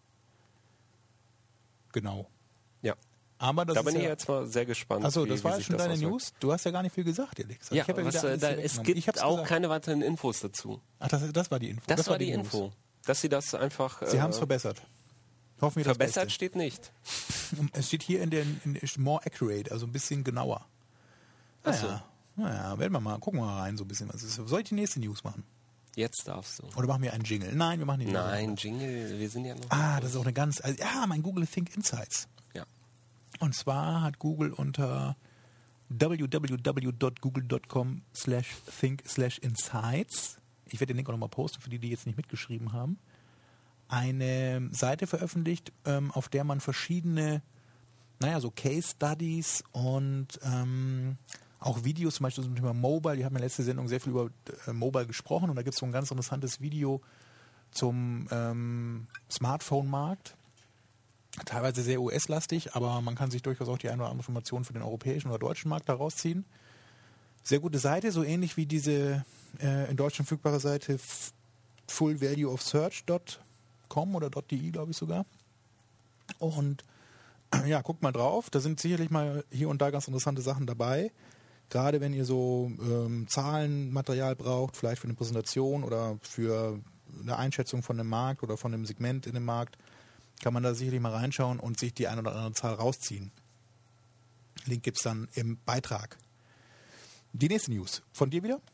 genau. Ja. Aber das Da ist bin ja, ich jetzt mal sehr gespannt. Achso, wie- das wie war jetzt sich schon das deine auswirkt. News. Du hast ja gar nicht viel gesagt, ehrlich gesagt. Ja, ich hab ja was, wieder äh, alles da, hier es weggenommen. gibt Ich hab's auch gesagt. keine weiteren Infos dazu. Ach, das, das war die Info. Das, war die News. Info. Dass sie das einfach... Sie äh, haben es verbessert. Hoffen wir das verbessert Beste. steht nicht. Es steht hier in der in, more accurate, also ein bisschen genauer. Ach so. Naja, naja, werden wir mal, gucken wir mal rein so ein bisschen. Was ist. Soll ich die nächste News machen? Jetzt darfst du. Oder machen wir einen Jingle? Nein, wir machen den Nein, Jingle, wir sind ja noch... Ah, das ist auch eine ganz, also, ja, mein Google Think Insights. Ja. Und zwar hat Google unter w w w dot google dot com slash think slash insights, ich werde den Link auch nochmal posten, für die, die jetzt nicht mitgeschrieben haben, eine Seite veröffentlicht, ähm, auf der man verschiedene, naja, so Case Studies und ähm, auch Videos, zum Beispiel zum Thema Mobile, die haben in der letzten Sendung sehr viel über äh, Mobile gesprochen und da gibt es so ein ganz interessantes Video zum ähm, Smartphone-Markt. Teilweise sehr U S-lastig, aber man kann sich durchaus auch die eine oder andere Information für den europäischen oder deutschen Markt daraus ziehen. Sehr gute Seite, so ähnlich wie diese äh, in Deutschland verfügbare Seite full value of search dot com oder .de, glaube ich sogar. Und ja, guckt mal drauf, da sind sicherlich mal hier und da ganz interessante Sachen dabei. Gerade wenn ihr so ähm, Zahlenmaterial braucht, vielleicht für eine Präsentation oder für eine Einschätzung von einem Markt oder von einem Segment in dem Markt, kann man da sicherlich mal reinschauen und sich die eine oder andere Zahl rausziehen. Link gibt es dann im Beitrag. Die nächste News. Von dir wieder?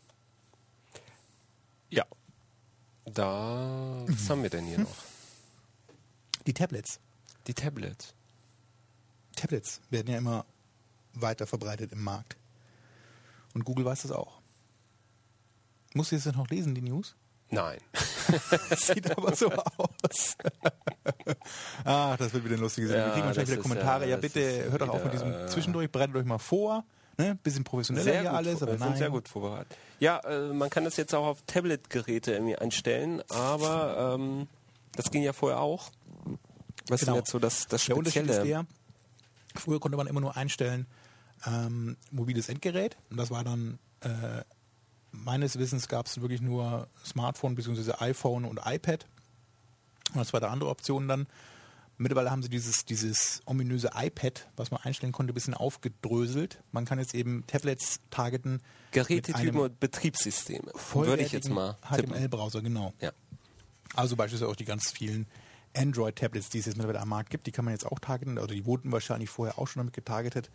Ja. Da, was haben wir denn hier noch? Die Tablets. Die Tablets. Tablets werden ja immer weiter verbreitet im Markt. Und Google weiß das auch. Musst du jetzt noch lesen, die News? Nein. Sieht aber so aus. Ach, das wird wieder ein lustiges. Ja, Wir kriegen wahrscheinlich das wieder ist, Kommentare. ja, Ja, das bitte ist hört doch auf mit wieder, diesem Zwischendurch, bereitet euch mal vor. Ne? Bisschen professioneller Sehr hier gut, alles, aber wir sind nein. sehr gut vorbereitet. Ja, äh, man kann das jetzt auch auf Tablet-Geräte irgendwie einstellen, aber ähm, das ging ja vorher auch. Was Genau. ist jetzt so das, das Der Unterschied Spezielle? ist der, früher konnte man immer nur einstellen, ähm, mobiles Endgerät. Und das war dann, äh, meines Wissens gab es wirklich nur Smartphone bzw. iPhone und iPad. Und das war eine andere Option dann. Mittlerweile haben sie dieses, dieses ominöse iPad, was man einstellen konnte, ein bisschen aufgedröselt. Man kann jetzt eben Tablets targeten. Gerätetypen und Betriebssysteme. Würde ich jetzt mal H T M tippen. L-Browser, genau. Ja. Also beispielsweise auch die ganz vielen Android-Tablets, die es jetzt mittlerweile am Markt gibt, die kann man jetzt auch targeten, oder die wurden wahrscheinlich vorher auch schon damit getargetet.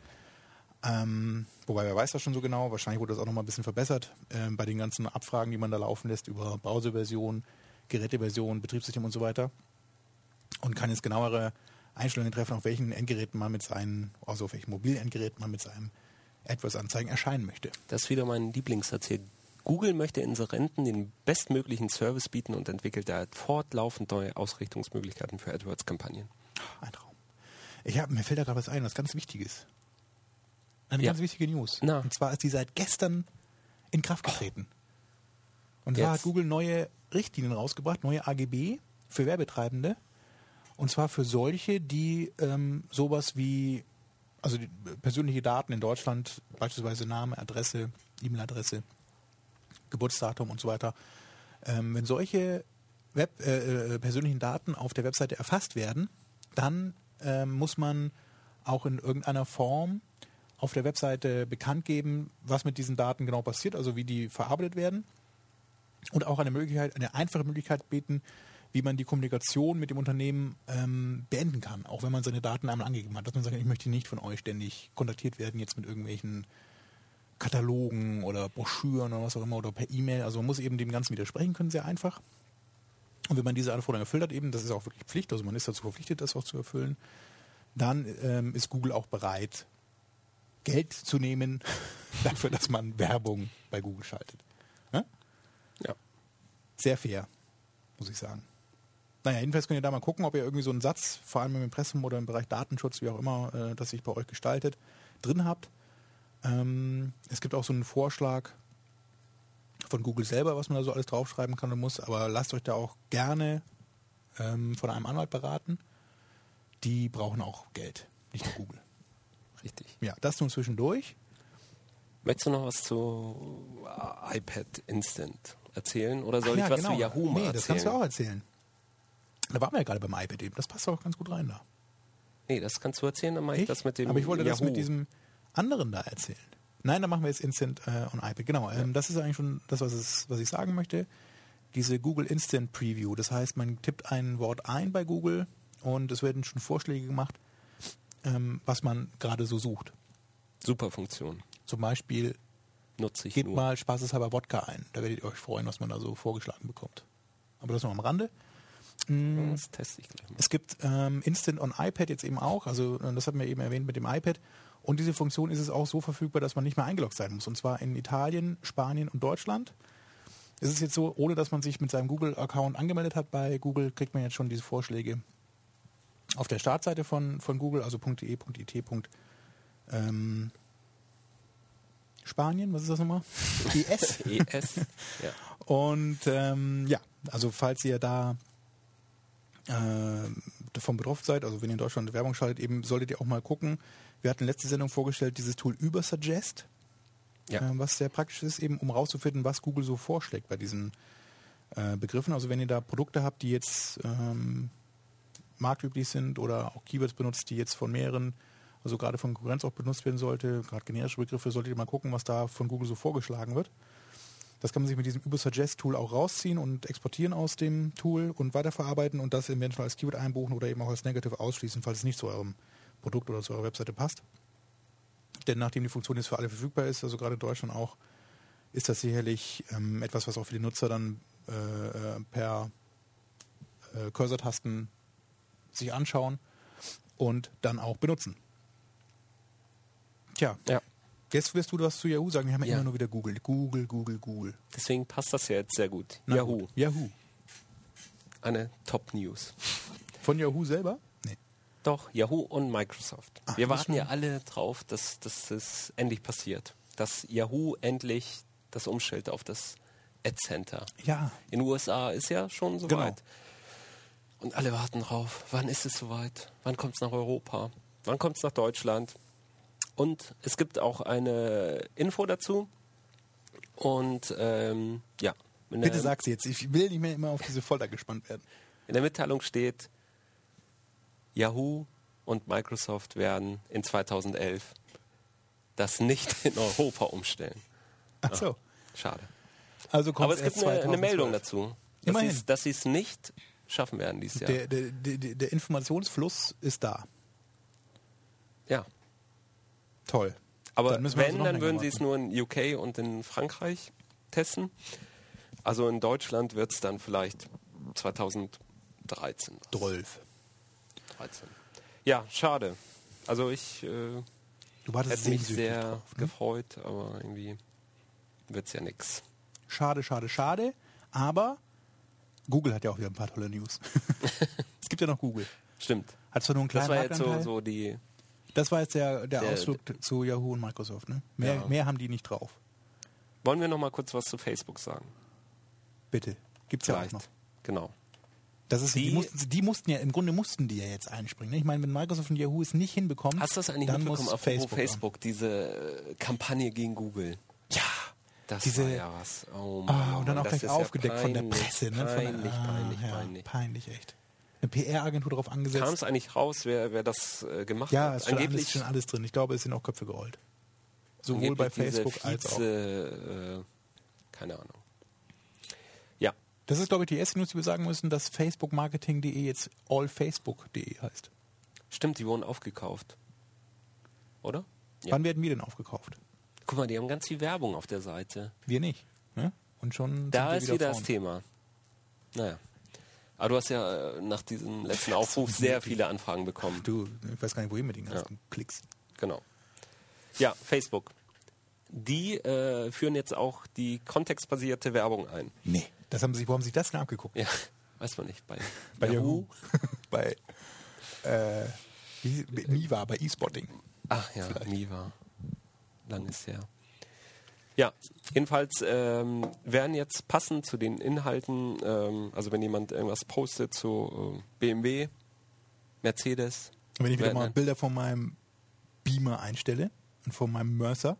Ähm, wobei, wer weiß das schon so genau, wahrscheinlich wurde das auch nochmal ein bisschen verbessert ähm, bei den ganzen Abfragen, die man da laufen lässt über Browserversion, Geräteversion, Betriebssystem und so weiter. Und kann jetzt genauere Einstellungen treffen, auf welchen Endgeräten man mit seinen, also auf welchen mobilen Endgeräten man mit seinem AdWords-Anzeigen erscheinen möchte. Das ist wieder mein Lieblingserzähl. Google möchte Inserenten den bestmöglichen Service bieten und entwickelt da fortlaufend neue Ausrichtungsmöglichkeiten für AdWords-Kampagnen. Ein Traum. Ich hab, mir fällt da gerade was ein, was ganz Wichtiges. Eine Ja. ganz wichtige News. Na. Und zwar ist die seit gestern in Kraft getreten. Und zwar Jetzt. hat Google neue Richtlinien rausgebracht, neue A G B für Werbetreibende. Und zwar für solche, die ähm, sowas wie, also die persönliche Daten in Deutschland, beispielsweise Name, Adresse, E-Mail-Adresse, Geburtsdatum und so weiter. Ähm, wenn solche Web, äh, äh, persönlichen Daten auf der Webseite erfasst werden, dann ähm, muss man auch in irgendeiner Form auf der Webseite bekannt geben, was mit diesen Daten genau passiert, also wie die verarbeitet werden. Und auch eine Möglichkeit, eine einfache Möglichkeit bieten, wie man die Kommunikation mit dem Unternehmen ähm, beenden kann, auch wenn man seine Daten einmal angegeben hat. Dass man sagt, ich möchte nicht von euch ständig kontaktiert werden, jetzt mit irgendwelchen Katalogen oder Broschüren oder was auch immer oder per E-Mail. Also man muss eben dem Ganzen widersprechen können, sehr einfach. Und wenn man diese Anforderung erfüllt hat, eben, das ist auch wirklich Pflicht, also man ist dazu verpflichtet, das auch zu erfüllen, dann ähm, ist Google auch bereit, Geld zu nehmen dafür, dass man Werbung bei Google schaltet. Ja? Ja. Sehr fair, muss ich sagen. Naja, jedenfalls könnt ihr da mal gucken, ob ihr irgendwie so einen Satz, vor allem im Impressum oder im Bereich Datenschutz, wie auch immer, äh, das sich bei euch gestaltet, drin habt. Ähm, es gibt auch so einen Vorschlag von Google selber, was man da so alles draufschreiben kann und muss, aber lasst euch da auch gerne ähm, von einem Anwalt beraten. Die brauchen auch Geld, nicht nur Google. Richtig. Ja, das nun zwischendurch. Möchtest du noch was zu äh, iPad Instant erzählen? Oder soll Ach ja, ich was genau. zu Yahoo mal Nee, erzählen? das kannst du auch erzählen. Da waren wir ja gerade beim iPad eben. Das passt auch ganz gut rein da. Nee, das kannst du erzählen, dann mache ich Ich? das mit dem Aber ich wollte Yahoo. das mit diesem anderen da erzählen. Nein, dann machen wir jetzt Instant äh, on iPad. Genau, ähm, das ist eigentlich schon das, was, es, was ich sagen möchte. Diese Google Instant Preview. Das heißt, man tippt ein Wort ein bei Google und es werden schon Vorschläge gemacht, ähm, was man gerade so sucht. Super Funktion. Zum Beispiel, Nutze ich gebt nur. mal spaßeshalber Wodka ein. Da werdet ihr euch freuen, was man da so vorgeschlagen bekommt. Aber das nur am Rande. Mm, Das teste ich gleich mal. Es gibt ähm, Instant on iPad jetzt eben auch, also äh, das hatten wir eben erwähnt mit dem iPad. Und diese Funktion ist es auch so verfügbar, dass man nicht mehr eingeloggt sein muss. Und zwar in Italien, Spanien und Deutschland. Es ist jetzt so, ohne dass man sich mit seinem Google-Account angemeldet hat bei Google, kriegt man jetzt schon diese Vorschläge auf der Startseite von, von Google, also .de, .it, ähm, Spanien, was ist das nochmal? E S. E S. Ja. Und ähm, ja, also falls ihr da äh, davon betroffen seid, also wenn ihr in Deutschland Werbung schaltet, eben solltet ihr auch mal gucken. Wir hatten letzte Sendung vorgestellt, dieses Tool Übersuggest, Ja. äh, was sehr praktisch ist, eben um rauszufinden, was Google so vorschlägt bei diesen äh, Begriffen. Also wenn ihr da Produkte habt, die jetzt ähm, marktüblich sind oder auch Keywords benutzt, die jetzt von mehreren, also gerade von Konkurrenz auch benutzt werden sollte, gerade generische Begriffe, solltet ihr mal gucken, was da von Google so vorgeschlagen wird. Das kann man sich mit diesem Übersuggest-Tool auch rausziehen und exportieren aus dem Tool und weiterverarbeiten und das eventuell als Keyword einbuchen oder eben auch als Negative ausschließen, falls es nicht zu eurem Produkt oder zu eurer Webseite passt. Denn nachdem die Funktion jetzt für alle verfügbar ist, also gerade in Deutschland auch, ist das sicherlich ähm, etwas, was auch für die Nutzer dann äh, per äh, Cursor-Tasten sich anschauen und dann auch benutzen. Tja, Ja. jetzt wirst du was zu Yahoo sagen. Wir haben ja Ja. immer nur wieder Google. Google, Google, Google. Deswegen passt das ja jetzt sehr gut. Na Yahoo. gut. Yahoo. Eine Top-News. Von Yahoo selber? Nee. Doch, Yahoo und Microsoft. Ach, Wir das warten ist ja alle drauf, dass, dass das endlich passiert. Dass Yahoo endlich das umstellt auf das Ad Center. Ja. In den U S A ist ja schon soweit. Genau. Und alle warten drauf. Wann ist es soweit? Wann kommt es nach Europa? Wann kommt es nach Deutschland? Und es gibt auch eine Info dazu. Und ähm, ja. In Bitte der, sag sie jetzt. Ich will nicht mehr immer auf diese Folter gespannt werden. in der Mitteilung steht, Yahoo und Microsoft werden in zweitausendelf das nicht in Europa umstellen. Ach so. Schade. Also kommt Aber es gibt eine, eine Meldung dazu. Dass Immerhin. sie's- dass sie es nicht schaffen werden dieses Jahr. Der, der, der, der Informationsfluss ist da. Ja. Toll. Aber Dann müssen wir wenn, also noch dann länger würden sie es warten. nur in U K und in Frankreich testen. Also in Deutschland wird es dann vielleicht zweitausenddreizehn. Drolf. dreizehn. Ja, schade. Also ich äh, Du wartest hätte mich sehnsüchtig sehr drauf, ne? gefreut, aber irgendwie wird es ja nix. Schade, schade, schade. Aber Google hat ja auch wieder ein paar tolle News. Es gibt ja noch Google. Stimmt. Hat zwar nur einen Das kleinen war jetzt so, Marktanteil. so die... Das war jetzt der, der, Der- Ausflug zu Yahoo und Microsoft. Ne? Mehr, Ja. mehr haben die nicht drauf. Wollen wir noch mal kurz was zu Facebook sagen? Bitte. Gibt's ja auch Vielleicht. noch. Genau. Das ist, die, Die- mussten, die mussten ja, im Grunde mussten die ja jetzt einspringen. Ne? Ich meine, wenn Microsoft und Yahoo es nicht hinbekommen, Hast du das eigentlich dann mitbekommen, muss apropos Facebook. Facebook, diese äh, Kampagne gegen Google? Ja. Das Diese- war ja was. Oh Ah, Mann, und dann auch das gleich ist aufgedeckt ja von der peinlich, Presse. Ne? Von der, Peinlich, ah, peinlich, ja, peinlich. peinlich, echt. Eine P R-Agentur darauf angesetzt. Kam es eigentlich raus, wer, wer das äh, gemacht Ja, hat? ist schon, alles, Angeblich schon alles drin. Ich glaube, es sind auch Köpfe gerollt. Sowohl angeblich bei diese Facebook als auch. Vize, äh, keine Ahnung. Ja, Das ist, glaube ich, die erste News, die wir sagen müssen, dass facebookmarketing punkt de jetzt allfacebook punkt de heißt. stimmt, die wurden aufgekauft. Oder? Ja. Wann werden wir denn aufgekauft? Guck mal, die haben ganz viel Werbung auf der Seite. Wir nicht. Ne? Und schon Da sind ist wir wieder wieder das vorn. Thema. Naja. Aber du hast ja äh, nach diesem letzten Aufruf sehr viele Anfragen bekommen. Du, ich weiß gar nicht, wohin mit den ganzen Ja. Klicks. Genau. Ja, Facebook. Die äh, führen jetzt auch die kontextbasierte Werbung ein. Nee. Das haben sie, wo haben sie das denn abgeguckt? Ja, weiß man nicht. Bei, Bei Yahoo? bei äh, wie, Niva, bei eSpotting. Ach ja, Vielleicht. Niva. Lang ist her. Ja, jedenfalls ähm, werden jetzt passend zu den Inhalten, ähm, also wenn jemand irgendwas postet zu äh, B M W, Mercedes. Und wenn ich wieder werden mal dann- Bilder von meinem Beamer einstelle und von meinem Mercer.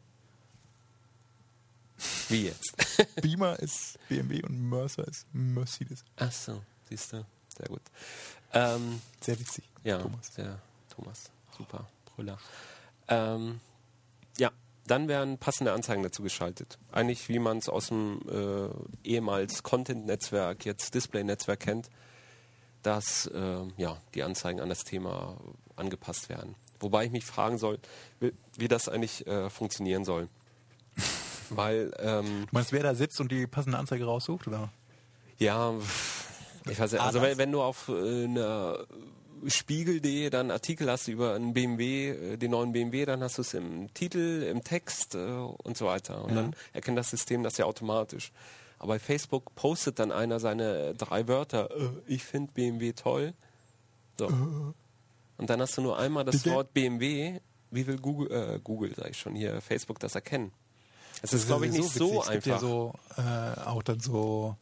Wie jetzt? Beamer ist B M W und Mercer ist Mercedes. Ach so, siehst du. Sehr gut. Ähm, Sehr witzig. Ja, Thomas. der Thomas. Super, Brüller. Ähm, ja, dann werden passende Anzeigen dazu geschaltet. Eigentlich wie man es aus dem äh, ehemals Content-Netzwerk, jetzt Display-Netzwerk kennt, dass äh, ja, die Anzeigen an das Thema angepasst werden. Wobei ich mich fragen soll, wie, wie das eigentlich äh, funktionieren soll. Weil, ähm, Du meinst, wer da sitzt und die passende Anzeige raussucht? Oder? ja, ich weiß nicht, also Ah, wenn, das- wenn du auf äh, einer Spiegel punkt de dann Artikel hast über einen B M W, äh, den neuen B M W, dann hast du es im Titel, im Text äh, und so weiter. Und Ja. dann erkennt das System das ja automatisch. Aber bei Facebook postet dann einer seine drei Wörter, äh, ich finde B M W toll. So. Und dann hast du nur einmal das Bitte? Wort B M W. Wie will Google, äh, Google, sag ich schon hier, Facebook das erkennen? Es ist, glaube ich, nicht so, witzig. Es gibt ja einfach. so, äh, auch dann so,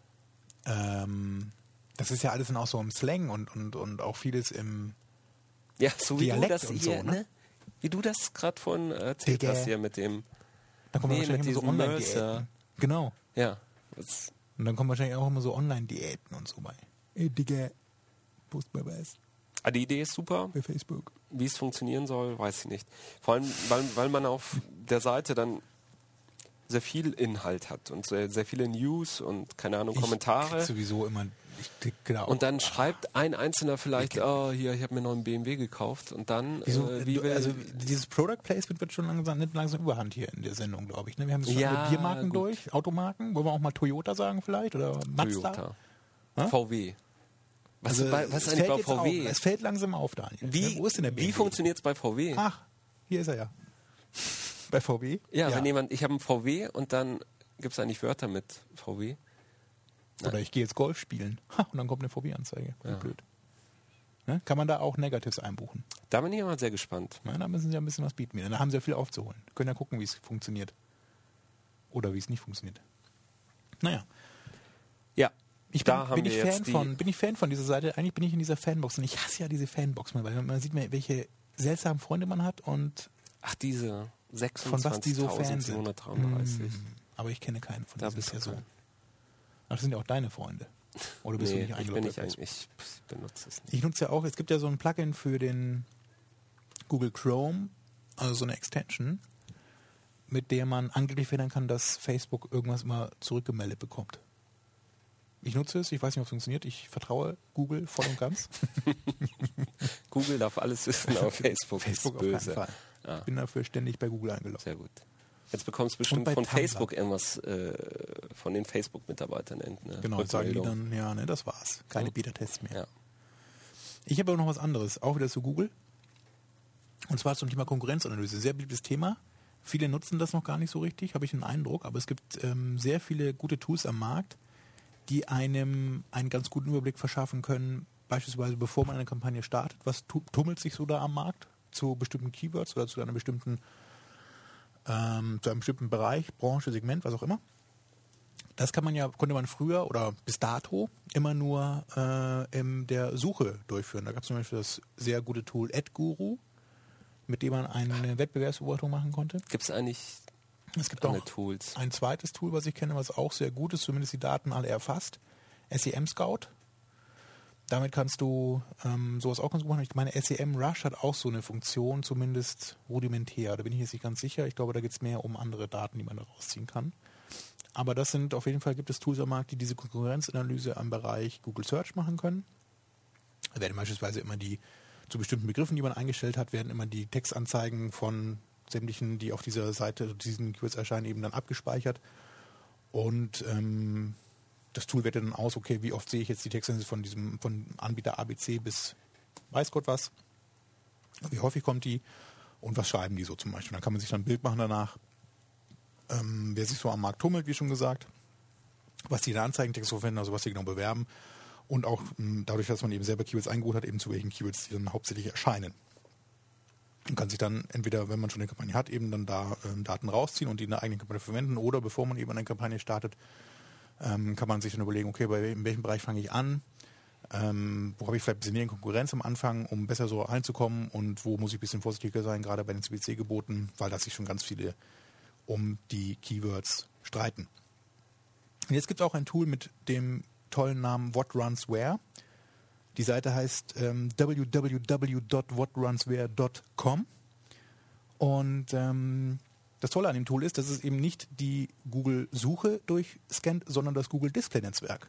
ähm, das ist ja alles dann auch so im Slang und, und, und auch vieles im, Ja, so wie Dialekt du das und hier, so, ne? ne? Wie du das gerade von erzählt Digga. hast hier mit dem, dann kommen Nee, wahrscheinlich mit immer so diesem Online-Diäten. Mercer. Genau. ja, das, Und dann kommen wahrscheinlich auch immer so Online-Diäten und so bei. Ey, Digga, post mal was ah, die Idee ist super. bei Facebook. Wie es funktionieren soll, weiß ich nicht. Vor allem, weil, weil man auf der Seite dann sehr viel Inhalt hat und sehr, sehr viele News und, keine Ahnung, Ich Kommentare. krieg sowieso immer, ich krieg genau. Und dann schreibt ein Einzelner vielleicht, oh, hier, ich habe mir einen neuen B M W gekauft. Und dann, Wieso, äh, wie du, will, also dieses Product Placement wird schon langsam, nimmt langsam Überhand hier in der Sendung, glaube ich. Ne? Wir haben jetzt schon Ja, alle Biermarken gut. durch, Automarken. Wollen wir auch mal Toyota sagen vielleicht? Oder Mazda? Toyota. Hä? V W. Was, Also, bei, was es ist eigentlich fällt bei jetzt V W? Auf. Es fällt langsam auf, Daniel. Wie, Ne? Wo ist denn der B M W? wie funktioniert es bei V W? Ach, hier ist er ja. Bei V W? Ja, wenn jemand, ich habe einen V W und dann gibt es eigentlich Wörter mit V W. Oder ich gehe jetzt Golf spielen. Ha, und dann kommt eine V W-Anzeige. Wie Ja. blöd. Ne? Kann man da auch Negatives einbuchen? Da bin ich aber sehr gespannt. Na, da müssen sie ja ein bisschen was bieten. Da haben sie ja viel aufzuholen. Können ja gucken, wie es funktioniert. Oder wie es nicht funktioniert. Naja. Ja, Ich da bin, haben bin, wir ich jetzt Fan die, von, bin ich Fan von dieser Seite. Eigentlich bin ich in dieser Fanbox. Und ich hasse ja diese Fanbox mal, weil man sieht, mir, welche seltsamen Freunde man hat und ach, diese von was die so Fan sind. sechsundzwanzigsiebenhundertdreiunddreißig. Mm, aber ich kenne keinen von Da diesen bist du Personen. kein. Ach, das sind ja auch deine Freunde. Oder bist Nee, du nicht ich bin eingeloggt? nicht bei ein, Facebook? ich benutze es nicht. Ich nutze ja auch, es gibt ja so ein Plugin für den Google Chrome, also so eine Extension, mit der man angeblich verhindern kann, dass Facebook irgendwas mal zurückgemeldet bekommt. Ich nutze es, ich weiß nicht, ob es funktioniert. Ich vertraue Google voll und ganz. Google darf alles wissen, aber Facebook, Facebook ist auf böse. keinen Fall. Ja. Ich bin dafür ständig bei Google eingeloggt. Sehr gut. Jetzt bekommst du bestimmt bei von Tumblr. Facebook irgendwas äh, von den Facebook-Mitarbeitern. Ne? Genau, jetzt sagen die Rückmeldung. dann, ja, ne, das war's. Keine Ja. Beta-Tests mehr. Ja. Ich habe aber noch was anderes, auch wieder zu Google. Und zwar zum Thema Konkurrenzanalyse. Sehr beliebtes Thema. Viele nutzen das noch gar nicht so richtig, habe ich den Eindruck. Aber es gibt ähm, sehr viele gute Tools am Markt, die einem einen ganz guten Überblick verschaffen können, beispielsweise bevor man eine Kampagne startet, was tu- tummelt sich so da am Markt zu bestimmten Keywords oder zu einer bestimmten, ähm, zu einem bestimmten Bereich, Branche, Segment, was auch immer. Das kann man ja, konnte man früher oder bis dato immer nur äh, in der Suche durchführen. Da gab es zum Beispiel das sehr gute Tool AdGuru, mit dem man eine Wettbewerbsbeobachtung machen konnte. Gibt es eigentlich Es gibt andere auch Tools? ein zweites Tool, was ich kenne, was auch sehr gut ist, zumindest die Daten alle erfasst. S E M Scout. Damit kannst du ähm, sowas auch ganz gut machen. Ich meine, S E M Rush hat auch so eine Funktion, zumindest rudimentär. Da bin ich jetzt nicht ganz sicher. Ich glaube, da geht es mehr um andere Daten, die man da rausziehen kann. Aber das sind auf jeden Fall, gibt es Tools am Markt, die diese Konkurrenzanalyse am Bereich Google Search machen können. Da werden beispielsweise immer die, zu bestimmten Begriffen, die man eingestellt hat, werden immer die Textanzeigen von sämtlichen, die auf dieser Seite, diesen Keywords erscheinen, eben dann abgespeichert. Und ähm, das Tool wertet dann aus, okay, wie oft sehe ich jetzt die Texte von diesem, von Anbieter A B C bis weiß Gott was, wie häufig kommt die und was schreiben die so zum Beispiel. Dann kann man sich dann ein Bild machen danach, ähm, wer sich so am Markt tummelt, wie schon gesagt, was die in der Anzeigentexte verwenden, also was sie genau bewerben und auch mh, dadurch, dass man eben selber Keywords eingeholt hat, eben zu welchen Keywords die dann hauptsächlich erscheinen. Und kann sich dann entweder, wenn man schon eine Kampagne hat, eben dann da ähm, Daten rausziehen und die in der eigenen Kampagne verwenden oder bevor man eben eine Kampagne startet, ähm, kann man sich dann überlegen, okay, bei in welchem Bereich fange ich an, ähm, wo habe ich vielleicht ein bisschen weniger Konkurrenz am Anfang, um besser so reinzukommen und wo muss ich ein bisschen vorsichtiger sein, gerade bei den C P C-Geboten, weil da sich schon ganz viele um die Keywords streiten. Und jetzt gibt es auch ein Tool mit dem tollen Namen What Runs Where. Die Seite heißt ähm, w w w dot what runs where dot com und ähm, das Tolle an dem Tool ist, dass es eben nicht die Google-Suche durchscannt, sondern das Google-Display-Netzwerk.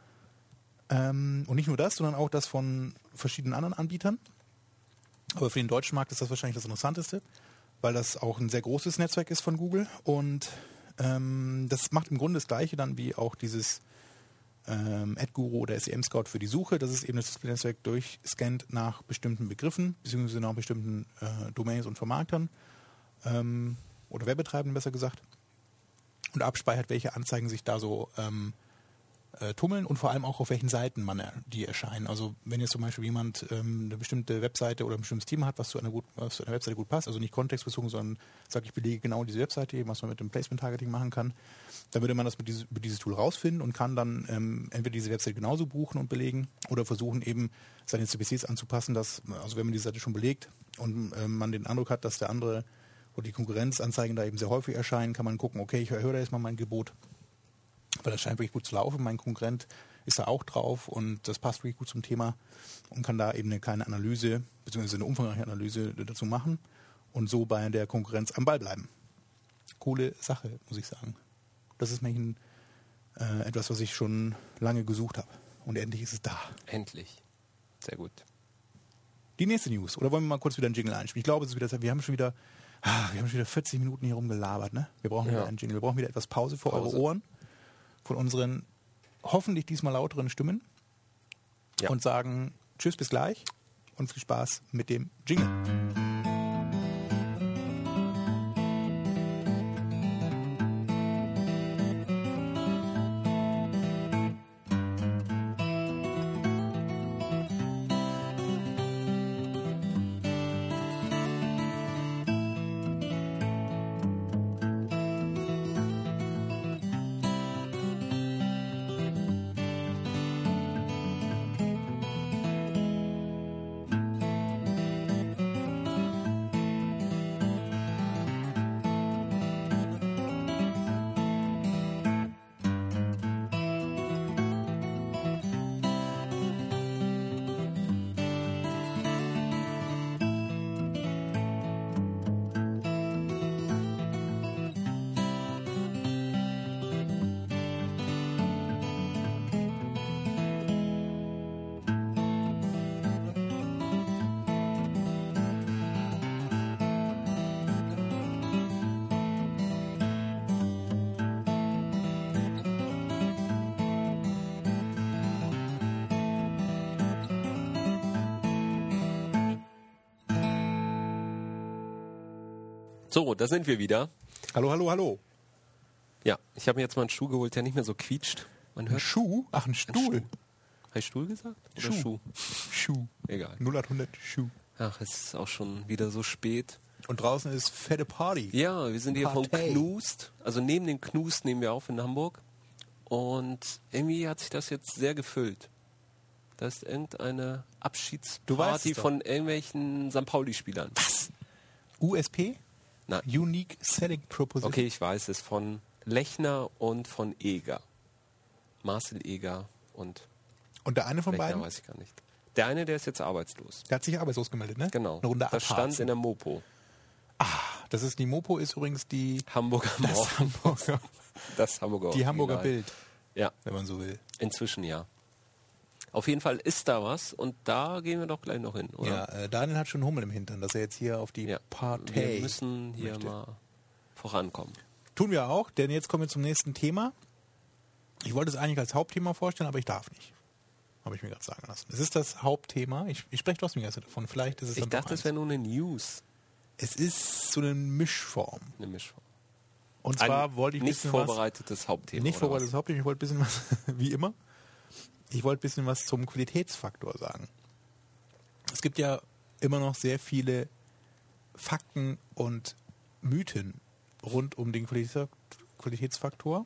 Ähm, und nicht nur das, sondern auch das von verschiedenen anderen Anbietern. Aber für den deutschen Markt ist das wahrscheinlich das Interessanteste, weil das auch ein sehr großes Netzwerk ist von Google. Und ähm, das macht im Grunde das Gleiche dann wie auch dieses ähm, AdGuru oder S E M Scout für die Suche. Das ist eben das Display-Netzwerk durchscannt nach bestimmten Begriffen, beziehungsweise nach bestimmten äh, Domains und Vermarktern. Ähm, oder Werbetreibenden besser gesagt, und abspeichert, welche Anzeigen sich da so ähm, äh, tummeln und vor allem auch auf welchen Seiten man er, die erscheinen. Also wenn jetzt zum Beispiel jemand ähm, eine bestimmte Webseite oder ein bestimmtes Thema hat, was zu einer, gut, was zu einer Webseite gut passt, also nicht kontextbezogen, sondern sagt, ich belege genau diese Webseite, eben, was man mit dem Placement-Targeting machen kann, dann würde man das mit, dieses, mit dieses Tool rausfinden und kann dann ähm, entweder diese Webseite genauso buchen und belegen oder versuchen eben seine C P Cs anzupassen, dass, also wenn man die Seite schon belegt und ähm, man den Eindruck hat, dass der andere wo die Konkurrenzanzeigen da eben sehr häufig erscheinen, kann man gucken, okay, ich erhöhe da jetzt mal mein Gebot, weil das scheint wirklich gut zu laufen. Mein Konkurrent ist da auch drauf und das passt wirklich gut zum Thema und kann da eben eine kleine Analyse, beziehungsweise eine umfangreiche Analyse dazu machen und so bei der Konkurrenz am Ball bleiben. Coole Sache, muss ich sagen. Das ist nämlich ein, äh, etwas, was ich schon lange gesucht habe und endlich ist es da. Endlich. Sehr gut. Die nächste News, oder wollen wir mal kurz wieder einen Jingle einspielen? Ich glaube, es ist wieder, wir haben schon wieder Ah, wir haben schon wieder vierzig Minuten hier rumgelabert, ne? Wir brauchen wieder Ja. einen Jingle. Wir brauchen wieder etwas Pause für Pause. eure Ohren, von unseren hoffentlich diesmal lauteren Stimmen Ja. und sagen Tschüss, bis gleich und viel Spaß mit dem Jingle. So, da sind wir wieder. Hallo, hallo, hallo. Ja, ich habe mir jetzt mal einen Schuh geholt, der nicht mehr so quietscht. Man Ein hört Schuh? Ach, ein Stuhl. Habe ich Stuhl gesagt? Oder Schuh. Schuh? Schuh. Egal. null acht hundert Schuh. Ach, es ist auch schon wieder so spät. Und draußen ist fette Party. Ja, wir sind hier vom Partei. Knust. Also neben dem Knust nehmen wir auf in Hamburg. Und irgendwie hat sich das jetzt sehr gefüllt. Da ist irgendeine Du weißt Abschiedsparty es doch. von irgendwelchen Sankt Pauli-Spielern. Was? U S P? Nein. Unique Selling Proposition. Okay, ich weiß es. Von Lechner und von Eger. Marcel Eger und Und der eine von Lechner beiden, weiß ich gar nicht. Der eine, der ist jetzt arbeitslos. der hat sich arbeitslos gemeldet, ne? Genau. Eine Runde Das stand abharzen. in der Mopo. Das ist die Mopo, ist übrigens die, Hamburger das Morgen. Hamburger, Das Hamburger die Hamburger Original. Bild, Ja, wenn man so will. inzwischen ja. Auf jeden Fall ist da was und da gehen wir doch gleich noch hin, oder? Ja, äh, Daniel hat schon Hummel im Hintern, dass er jetzt hier auf die Ja. Partei... Wir müssen hier möchte. mal vorankommen. Tun wir auch, denn jetzt kommen wir zum nächsten Thema. Ich wollte es eigentlich als Hauptthema vorstellen, aber ich darf nicht. Habe ich mir gerade sagen lassen. Es ist das Hauptthema. Ich, ich spreche trotzdem jetzt davon. Vielleicht ist es Ich dann doch dachte, es eins. wäre nur eine News. Es ist so eine Mischform. Eine Mischform. Und zwar Ein wollte ich ein nicht bisschen vorbereitetes Hauptthema. was... Nicht oder vorbereitetes Hauptthema. Ich wollte ein bisschen was, wie immer, ich wollte ein bisschen was zum Qualitätsfaktor sagen. Es gibt ja immer noch sehr viele Fakten und Mythen rund um den Qualitäts- Qualitätsfaktor.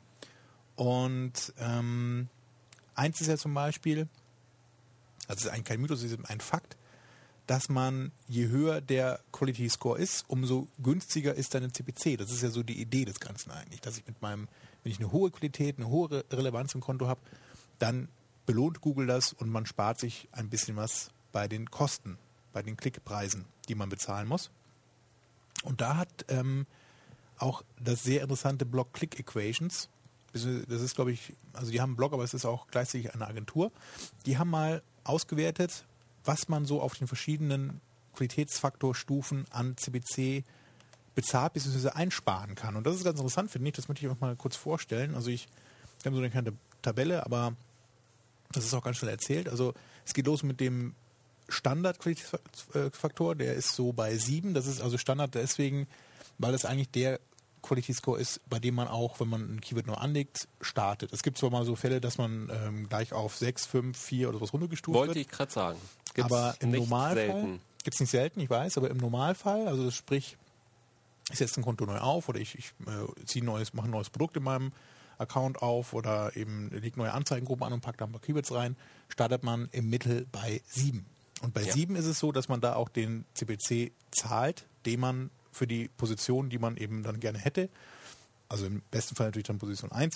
Und ähm, eins ist ja zum Beispiel, also es ist eigentlich kein Mythos, es ist ein Fakt, dass man, je höher der Quality Score ist, umso günstiger ist deine C P C. Das ist ja so die Idee des Ganzen eigentlich, dass ich mit meinem, wenn ich eine hohe Qualität, eine hohe Re- Relevanz im Konto habe, dann belohnt Google das und man spart sich ein bisschen was bei den Kosten, bei den Klickpreisen, die man bezahlen muss. Und da hat ähm, auch das sehr interessante Blog Click Equations, das ist, glaube ich, also die haben einen Blog, aber es ist auch gleichzeitig eine Agentur, die haben mal ausgewertet, was man so auf den verschiedenen Qualitätsfaktorstufen an C P C bezahlt bzw. einsparen kann. Und das ist ganz interessant, finde ich. Das möchte ich auch mal kurz vorstellen. Also ich, wir haben so eine kleine Tabelle, aber das ist auch ganz schnell erzählt. Also es geht los mit dem Standard-Qualitätsfaktor, der ist so bei sieben. Das ist also Standard deswegen, weil das eigentlich der Quality Score ist, bei dem man auch, wenn man ein Keyword nur anlegt, startet. Es gibt zwar mal so Fälle, dass man ähm, gleich auf sechs, fünf, vier oder was runtergestuft Wollte wird. ich gerade sagen. Gibt's aber im nicht Normalfall selten. gibt es nicht selten, ich weiß, aber im Normalfall, also das sprich, ich setze ein Konto neu auf oder ich, ich äh, ziehe ein neues, mache ein neues Produkt in meinem Account auf oder eben lege neue Anzeigengruppen an und packe da ein paar Keywords rein, startet man im Mittel bei sieben. Und bei Ja. sieben ist es so, dass man da auch den C P C zahlt, den man für die Position, die man eben dann gerne hätte, also im besten Fall natürlich dann Position eins,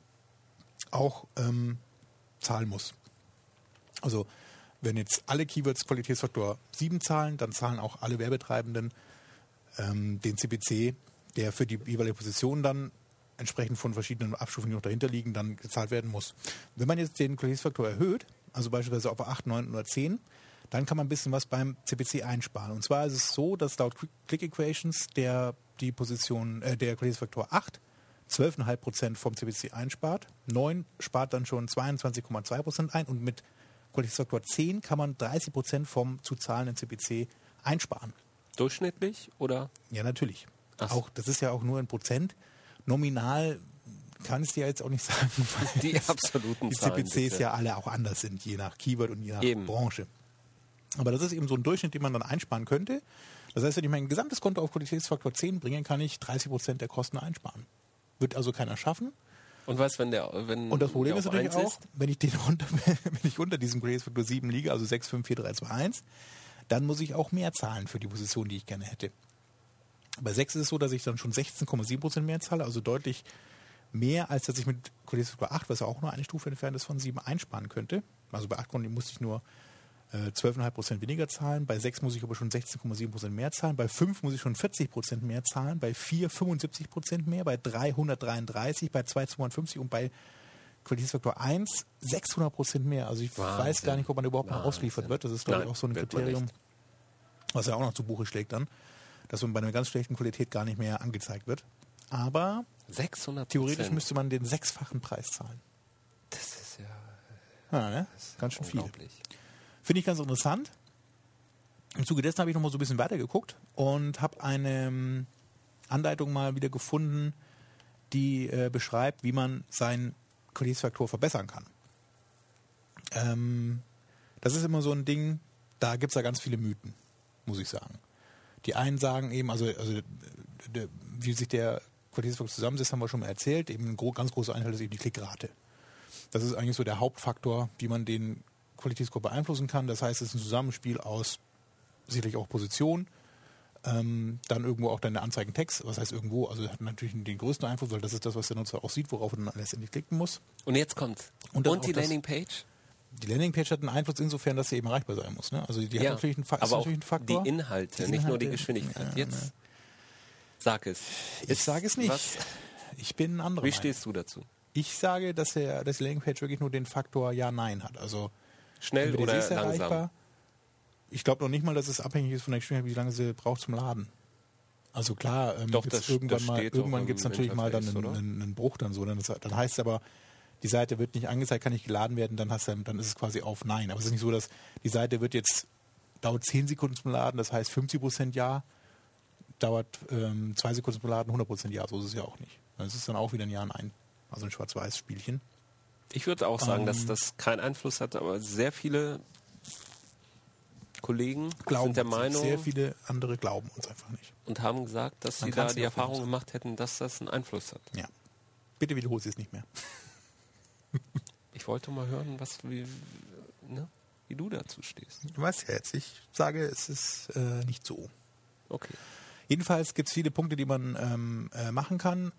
auch ähm, zahlen muss. Also wenn jetzt alle Keywords Qualitätsfaktor sieben zahlen, dann zahlen auch alle Werbetreibenden ähm, den C P C, der für die jeweilige Position dann entsprechend von verschiedenen Abstufungen, die noch dahinter liegen, dann gezahlt werden muss. Wenn man jetzt den Qualitätsfaktor erhöht, also beispielsweise auf acht, neun oder zehn, dann kann man ein bisschen was beim C P C einsparen. Und zwar ist es so, dass laut Click Equations der, die Position, äh, der Qualitätsfaktor acht zwölf Komma fünf Prozent vom C P C einspart, neun spart dann schon zweiundzwanzig Komma zwei Prozent ein und mit Qualitätsfaktor zehn kann man dreißig Prozent vom zu zahlenden C P C einsparen. Durchschnittlich oder? Ja, natürlich. Ach so. Auch, das ist ja auch nur ein Prozent. Nominal kann ich dir jetzt auch nicht sagen, weil Die absoluten die C Zahlen. P Cs bitte. ja alle auch anders sind, je nach Keyword und je nach Eben. Branche. Aber das ist eben so ein Durchschnitt, den man dann einsparen könnte. Das heißt, wenn ich mein gesamtes Konto auf Qualitätsfaktor zehn bringe, kann ich dreißig Prozent der Kosten einsparen. Wird also keiner schaffen. Und was, wenn der, wenn Und das Problem der ist auf natürlich eins auch, wenn ich, den unter, wenn ich unter diesem Qualitätsfaktor sieben liege, also sechs, fünf, vier, drei, zwei, eins, dann muss ich auch mehr zahlen für die Position, die ich gerne hätte. Bei sechs ist es so, dass ich dann schon sechzehn Komma sieben Prozent mehr zahle, also deutlich mehr, als dass ich mit Qualitätsfaktor acht, was ja auch nur eine Stufe entfernt ist, von sieben einsparen könnte. Also bei acht musste ich nur äh, zwölf Komma fünf Prozent weniger zahlen, bei sechs muss ich aber schon sechzehn Komma sieben Prozent mehr zahlen, bei fünf muss ich schon vierzig Prozent mehr zahlen, bei vier fünfundsiebzig Prozent mehr, bei drei hundertdreiunddreißig, bei zwei zweiundfünfzig und bei Qualitätsfaktor eins sechshundert Prozent mehr. Also ich Wahnsinn. weiß gar nicht, ob man überhaupt noch Wahnsinn. ausgeliefert wird. Das ist, glaube ich, Nein, auch so ein wird man Kriterium, nicht. was ja auch noch zu Buche schlägt dann, dass man bei einer ganz schlechten Qualität gar nicht mehr angezeigt wird. Aber sechshundert theoretisch müsste man den sechsfachen Preis zahlen. Das ist ja Ja, ne? Ganz schön viel. unglaublich. Finde ich ganz interessant. Im Zuge dessen habe ich noch mal so ein bisschen weitergeguckt und habe eine, Anleitung mal wieder gefunden, die äh, beschreibt, wie man seinen Qualitätsfaktor verbessern kann. Ähm, das ist immer so ein Ding, da gibt es ja ganz viele Mythen, muss ich sagen. Die einen sagen eben, also, also de, wie sich der Qualitätsfaktor zusammensetzt, haben wir schon mal erzählt, eben ein gro- ganz großer Anteil ist eben die Klickrate. Das ist eigentlich so der Hauptfaktor, wie man den Qualitätsscore beeinflussen kann. Das heißt, es ist ein Zusammenspiel aus sicherlich auch Position, ähm, dann irgendwo auch deine Anzeigentext, was heißt irgendwo, also hat natürlich den größten Einfluss, weil das ist das, was der Nutzer auch sieht, worauf er dann letztendlich klicken muss. Und jetzt kommt's. Und, Und, die das, Landingpage? Die Landingpage hat einen Einfluss insofern, dass sie eben erreichbar sein muss. Ne? Also die Ja, hat natürlich einen, Fa- ist aber natürlich auch ein Faktor. die Inhalte, Die nicht nur die Inhalte, Geschwindigkeit. ja, Jetzt ne. sag es. Ich sage es nicht. Was, Ich bin ein anderer wie Meinung. stehst du dazu? Ich sage, dass, der, dass die Landingpage wirklich nur den Faktor Ja-Nein hat. Also Schnell entweder oder sie ist langsam? erreichbar. Ich glaube noch nicht mal, dass es abhängig ist von der Geschwindigkeit, wie lange sie braucht zum Laden. Also klar, ähm, Doch, gibt's das- irgendwann das mal, steht irgendwann doch gibt es im natürlich mal dann Interface, einen, oder? einen, einen Bruch dann so. Dann, ist, dann heißt es aber, die Seite wird nicht angezeigt, kann nicht geladen werden, dann hast du, dann ist es quasi auf Nein. Aber es ist nicht so, dass die Seite wird jetzt, dauert zehn Sekunden zum Laden, das heißt fünfzig Prozent Ja, dauert ähm, zwei Sekunden zum Laden, hundert Prozent Ja, so ist es ja auch nicht. Das ist dann auch wieder ein Ja, Nein. Also ein Schwarz-Weiß-Spielchen. Ich würde auch sagen, Ähm, dass das keinen Einfluss hat, aber sehr viele Kollegen Glauben sind der uns nicht. Meinung Sehr viele andere glauben uns einfach nicht. und haben gesagt, dass Man sie kann's da die nicht auf jeden Erfahrung Fall. gemacht hätten, dass das einen Einfluss hat. Ja. Bitte wiederhol es nicht mehr. Ich wollte mal hören, was wie, ne, wie du dazu stehst. Du weißt ja jetzt, ich sage, es ist äh, nicht so. Okay. Jedenfalls gibt es viele Punkte, die man ähm, äh, machen kann,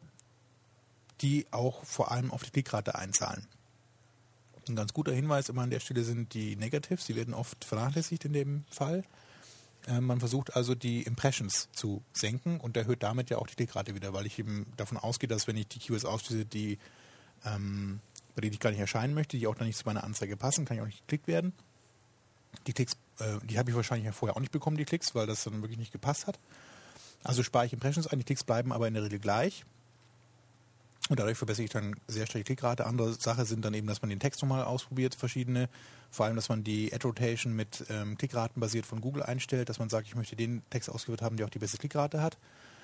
die auch vor allem auf die Klickrate einzahlen. Ein ganz guter Hinweis immer an der Stelle sind die Negatives, die werden oft vernachlässigt in dem Fall. Äh, man versucht also die Impressions zu senken und erhöht damit ja auch die Klickrate wieder, weil ich eben davon ausgehe, dass wenn ich die Keywords ausschließe, die ähm, bei denen ich gar nicht erscheinen möchte, die auch dann nicht zu meiner Anzeige passen, kann ich auch nicht geklickt werden. Die Klicks, äh, die habe ich wahrscheinlich ja vorher auch nicht bekommen, die Klicks, weil das dann wirklich nicht gepasst hat. Also spare ich Impressions ein, die Klicks bleiben aber in der Regel gleich. Und dadurch verbessere ich dann sehr stark die Klickrate. Andere Sache sind dann eben, dass man den Text nochmal ausprobiert, verschiedene. Vor allem, dass man die Ad-Rotation mit ähm, Klickraten basiert von Google einstellt, dass man sagt, ich möchte den Text ausgeführt haben, der auch die beste Klickrate hat.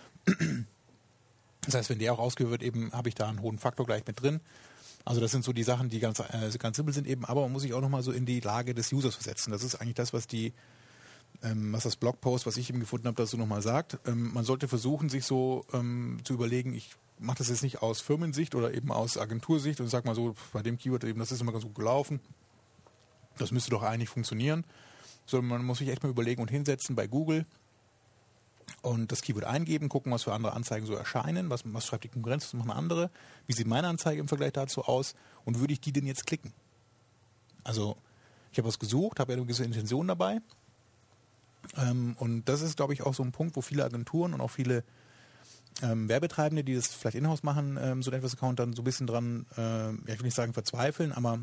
Das heißt, wenn der auch ausgeführt wird, eben habe ich da einen hohen Faktor gleich mit drin. Also das sind so die Sachen, die ganz, äh, ganz simpel sind eben, aber man muss sich auch nochmal so in die Lage des Users versetzen. Das ist eigentlich das, was die, ähm, was das Blogpost, was ich eben gefunden habe, dazu nochmal sagt. Ähm, man sollte versuchen, sich so ähm, zu überlegen, ich mache das jetzt nicht aus Firmensicht oder eben aus Agentursicht und sag mal so, bei dem Keyword eben, das ist immer ganz gut gelaufen. Das müsste doch eigentlich funktionieren. Sondern man muss sich echt mal überlegen und hinsetzen bei Google und das Keyword eingeben, gucken, was für andere Anzeigen so erscheinen, was, was schreibt die Konkurrenz, was machen andere, wie sieht meine Anzeige im Vergleich dazu aus und würde ich die denn jetzt klicken? Also ich habe was gesucht, habe ja eine gewisse Intention dabei ähm, und das ist, glaube ich, auch so ein Punkt, wo viele Agenturen und auch viele ähm, Werbetreibende, die das vielleicht in-house machen, ähm, so ein Adverse-Account dann so ein bisschen dran, äh, ja, ich will nicht sagen verzweifeln, aber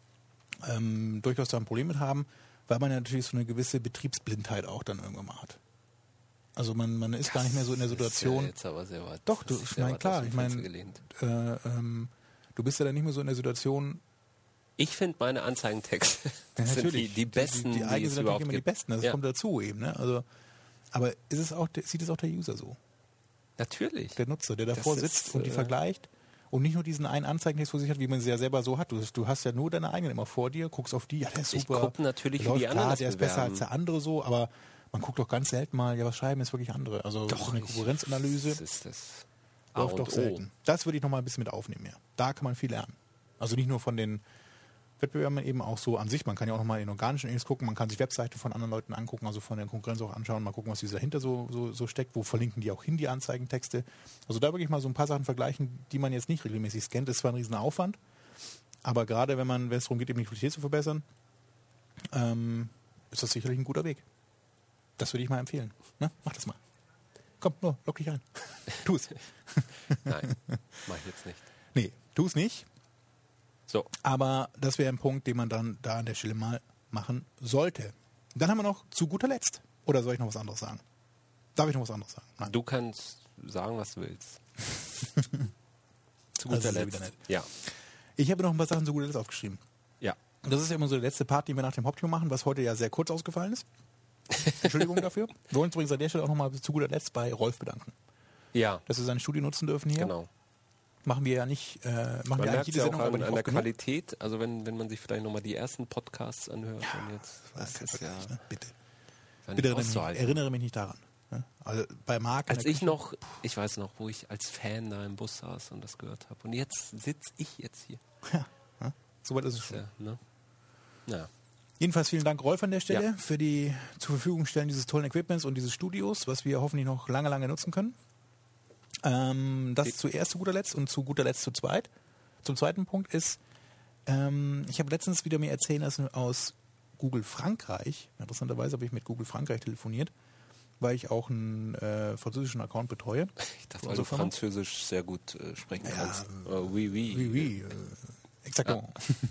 ähm, durchaus da ein Problem mit haben, weil man ja natürlich so eine gewisse Betriebsblindheit auch dann irgendwann mal hat. Also man, man ist gar nicht mehr so in der Situation. Das ist ja jetzt aber sehr weit. Doch, du, das ist ich sehr meine, weit klar, aus dem ich meine, Fenster gelehnt. äh, ähm, du bist ja dann nicht mehr so in der Situation. Ich finde meine Anzeigentexte Ja, sind natürlich, die, die besten, die, die, die, eigenen es sind natürlich überhaupt immer die gibt. besten, das Ja. kommt dazu eben. Ne? Also, aber ist es auch, sieht es auch der User so? Natürlich. Der Nutzer, der davor Das sitzt ist, und die äh, vergleicht und nicht nur diesen einen Anzeigentext vor sich hat, wie man sie ja selber so hat. Du, du hast ja nur deine eigenen immer vor dir, guckst auf die, ja, der ist Ich super. gucke natürlich, der wie die läuft, anderen klar, das der ist besser bewerben. als der andere so, aber man guckt doch ganz selten mal, ja, was schreiben jetzt wirklich andere. Also Doch, so eine ich- Konkurrenzanalyse Das ist das A läuft und doch O. selten. Das würde ich noch mal ein bisschen mit aufnehmen, ja. Da kann man viel lernen. Also nicht nur von den Wettbewerbern, eben auch so an sich. Man kann ja auch noch mal in organischen Links gucken, man kann sich Webseiten von anderen Leuten angucken, also von der Konkurrenz auch anschauen, mal gucken, was diese dahinter so, so, so steckt, wo verlinken die auch hin, die Anzeigentexte. Also da wirklich mal so ein paar Sachen vergleichen, die man jetzt nicht regelmäßig scannt. Das ist zwar ein riesen Aufwand, aber gerade wenn man, wenn es darum geht, eben die Qualität zu verbessern, ähm, ist das sicherlich ein guter Weg. Das würde ich mal empfehlen. Ne? Mach das mal. Komm, nur, lock dich ein. Tu es. Nein, mach ich jetzt nicht. Nee, tu es nicht. So, Aber das wäre ein Punkt, den man dann da an der Stelle mal machen sollte. Dann haben wir noch zu guter Letzt. Oder soll ich noch was anderes sagen? Darf ich noch was anderes sagen? Nein. du kannst sagen, was du willst. Zu Das guter ist ja Letzt. wieder nett. Ja. Ich habe noch ein paar Sachen zu guter Letzt aufgeschrieben. Ja. Und das ist ja immer so der letzte Part, den wir nach dem Hauptthema machen, was heute ja sehr kurz ausgefallen ist. Entschuldigung dafür. Wir wollen uns übrigens an der Stelle auch nochmal zu guter Letzt bei Rolf bedanken. Ja, dass wir sein Studio nutzen dürfen hier. genau. Machen wir ja nicht, äh, machen Man wir eigentlich merkt jede ja auch Sendung, aber an, nicht an der oft genug. Qualität, also wenn, wenn man sich vielleicht nochmal die ersten Podcasts anhört, und jetzt, Das das ist ist ja, wirklich, ne? Bitte. ja Bitte nicht erinnere mich, auszuhalten. erinnere mich nicht daran. Ne? Also bei Marc in Als der ich Küche- noch, ich weiß noch, wo ich als Fan da im Bus saß und das gehört habe. Und jetzt sitze ich jetzt hier. Ja, ne? Soweit ist es schon. Ja, ne? Ja. Jedenfalls vielen Dank, Rolf, an der Stelle Ja. für die zur Verfügung stellen dieses tollen Equipments und dieses Studios, was wir hoffentlich noch lange, lange nutzen können. Ähm, das Die- zuerst zu guter Letzt und zu guter Letzt zu zweit. Zum zweiten Punkt ist, ähm, ich habe letztens wieder mir erzählen lassen aus Google Frankreich. Interessanterweise habe ich mit Google Frankreich telefoniert, weil ich auch einen äh, französischen Account betreue. Ich dachte, weil Unsere du Firma? Französisch sehr gut äh, sprechen Ja, kannst. Äh, oui, oui. Oui, oui, äh, exactement.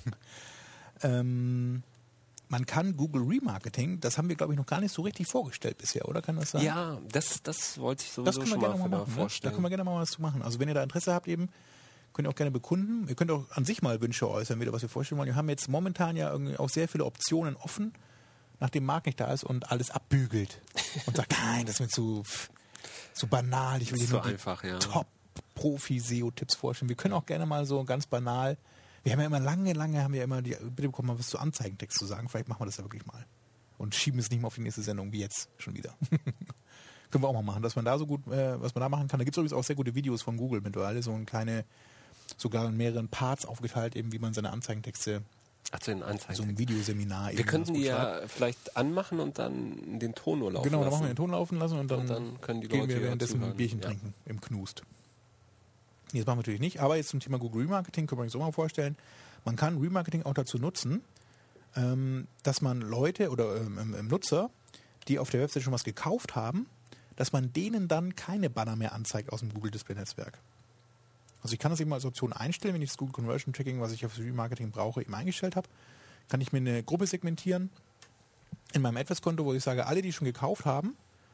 ähm, man kann Google Remarketing, das haben wir, glaube ich, noch gar nicht so richtig vorgestellt bisher, oder? Kann das sein? Ja, das, das wollte ich das sowieso können wir schon gerne mal mal vor- machen. Ne? Da vorstellen. können wir gerne mal was zu machen. Also wenn ihr da Interesse habt eben, könnt ihr auch gerne bekunden. Ihr könnt auch an sich mal Wünsche äußern, wieder was wir vorstellen wollen. Wir haben jetzt momentan ja irgendwie auch sehr viele Optionen offen, nachdem Marc nicht da ist und alles abbügelt und sagt, nein, das ist mir zu, zu banal. Ich will Ist dir nur so die einfach, ja. Top-Profi-S E O-Tipps vorstellen. Wir können auch gerne mal so ganz banal, wir haben ja immer lange, lange, haben wir immer die, bitte bekommen mal was zu Anzeigentext zu sagen. Vielleicht machen wir das ja wirklich mal. Und schieben es nicht mehr auf die nächste Sendung, wie jetzt schon wieder. Können wir auch mal machen, dass man da so gut, äh, was man da machen kann. Da gibt es übrigens auch sehr gute Videos von Google mittlerweile, so ein kleine, sogar in mehreren Parts aufgeteilt, eben wie man seine Anzeigentexte, Ach, zu den Anzeigen. so ein Videoseminar eben. wir könnten das die gut schreibt. ja vielleicht anmachen und dann den Ton nur laufen Genau, da lassen. machen wir den Ton laufen lassen und dann, Und dann können die gehen Leute wir ja währenddessen ein zuhören. Bierchen Ja. trinken im Knust. Nee, das machen wir natürlich nicht, aber jetzt zum Thema Google Remarketing können wir uns auch mal vorstellen. Man kann Remarketing auch dazu nutzen, ähm, dass man Leute oder ähm, ähm, Nutzer, die auf der Website schon was gekauft haben, dass man denen dann keine Banner mehr anzeigt aus dem Google Display Netzwerk. Also ich kann das eben als Option einstellen, wenn ich das Google Conversion Tracking, was ich auf Remarketing brauche, eben eingestellt habe, kann ich mir eine Gruppe segmentieren in meinem AdWords-Konto, wo ich sage, alle, die schon gekauft haben,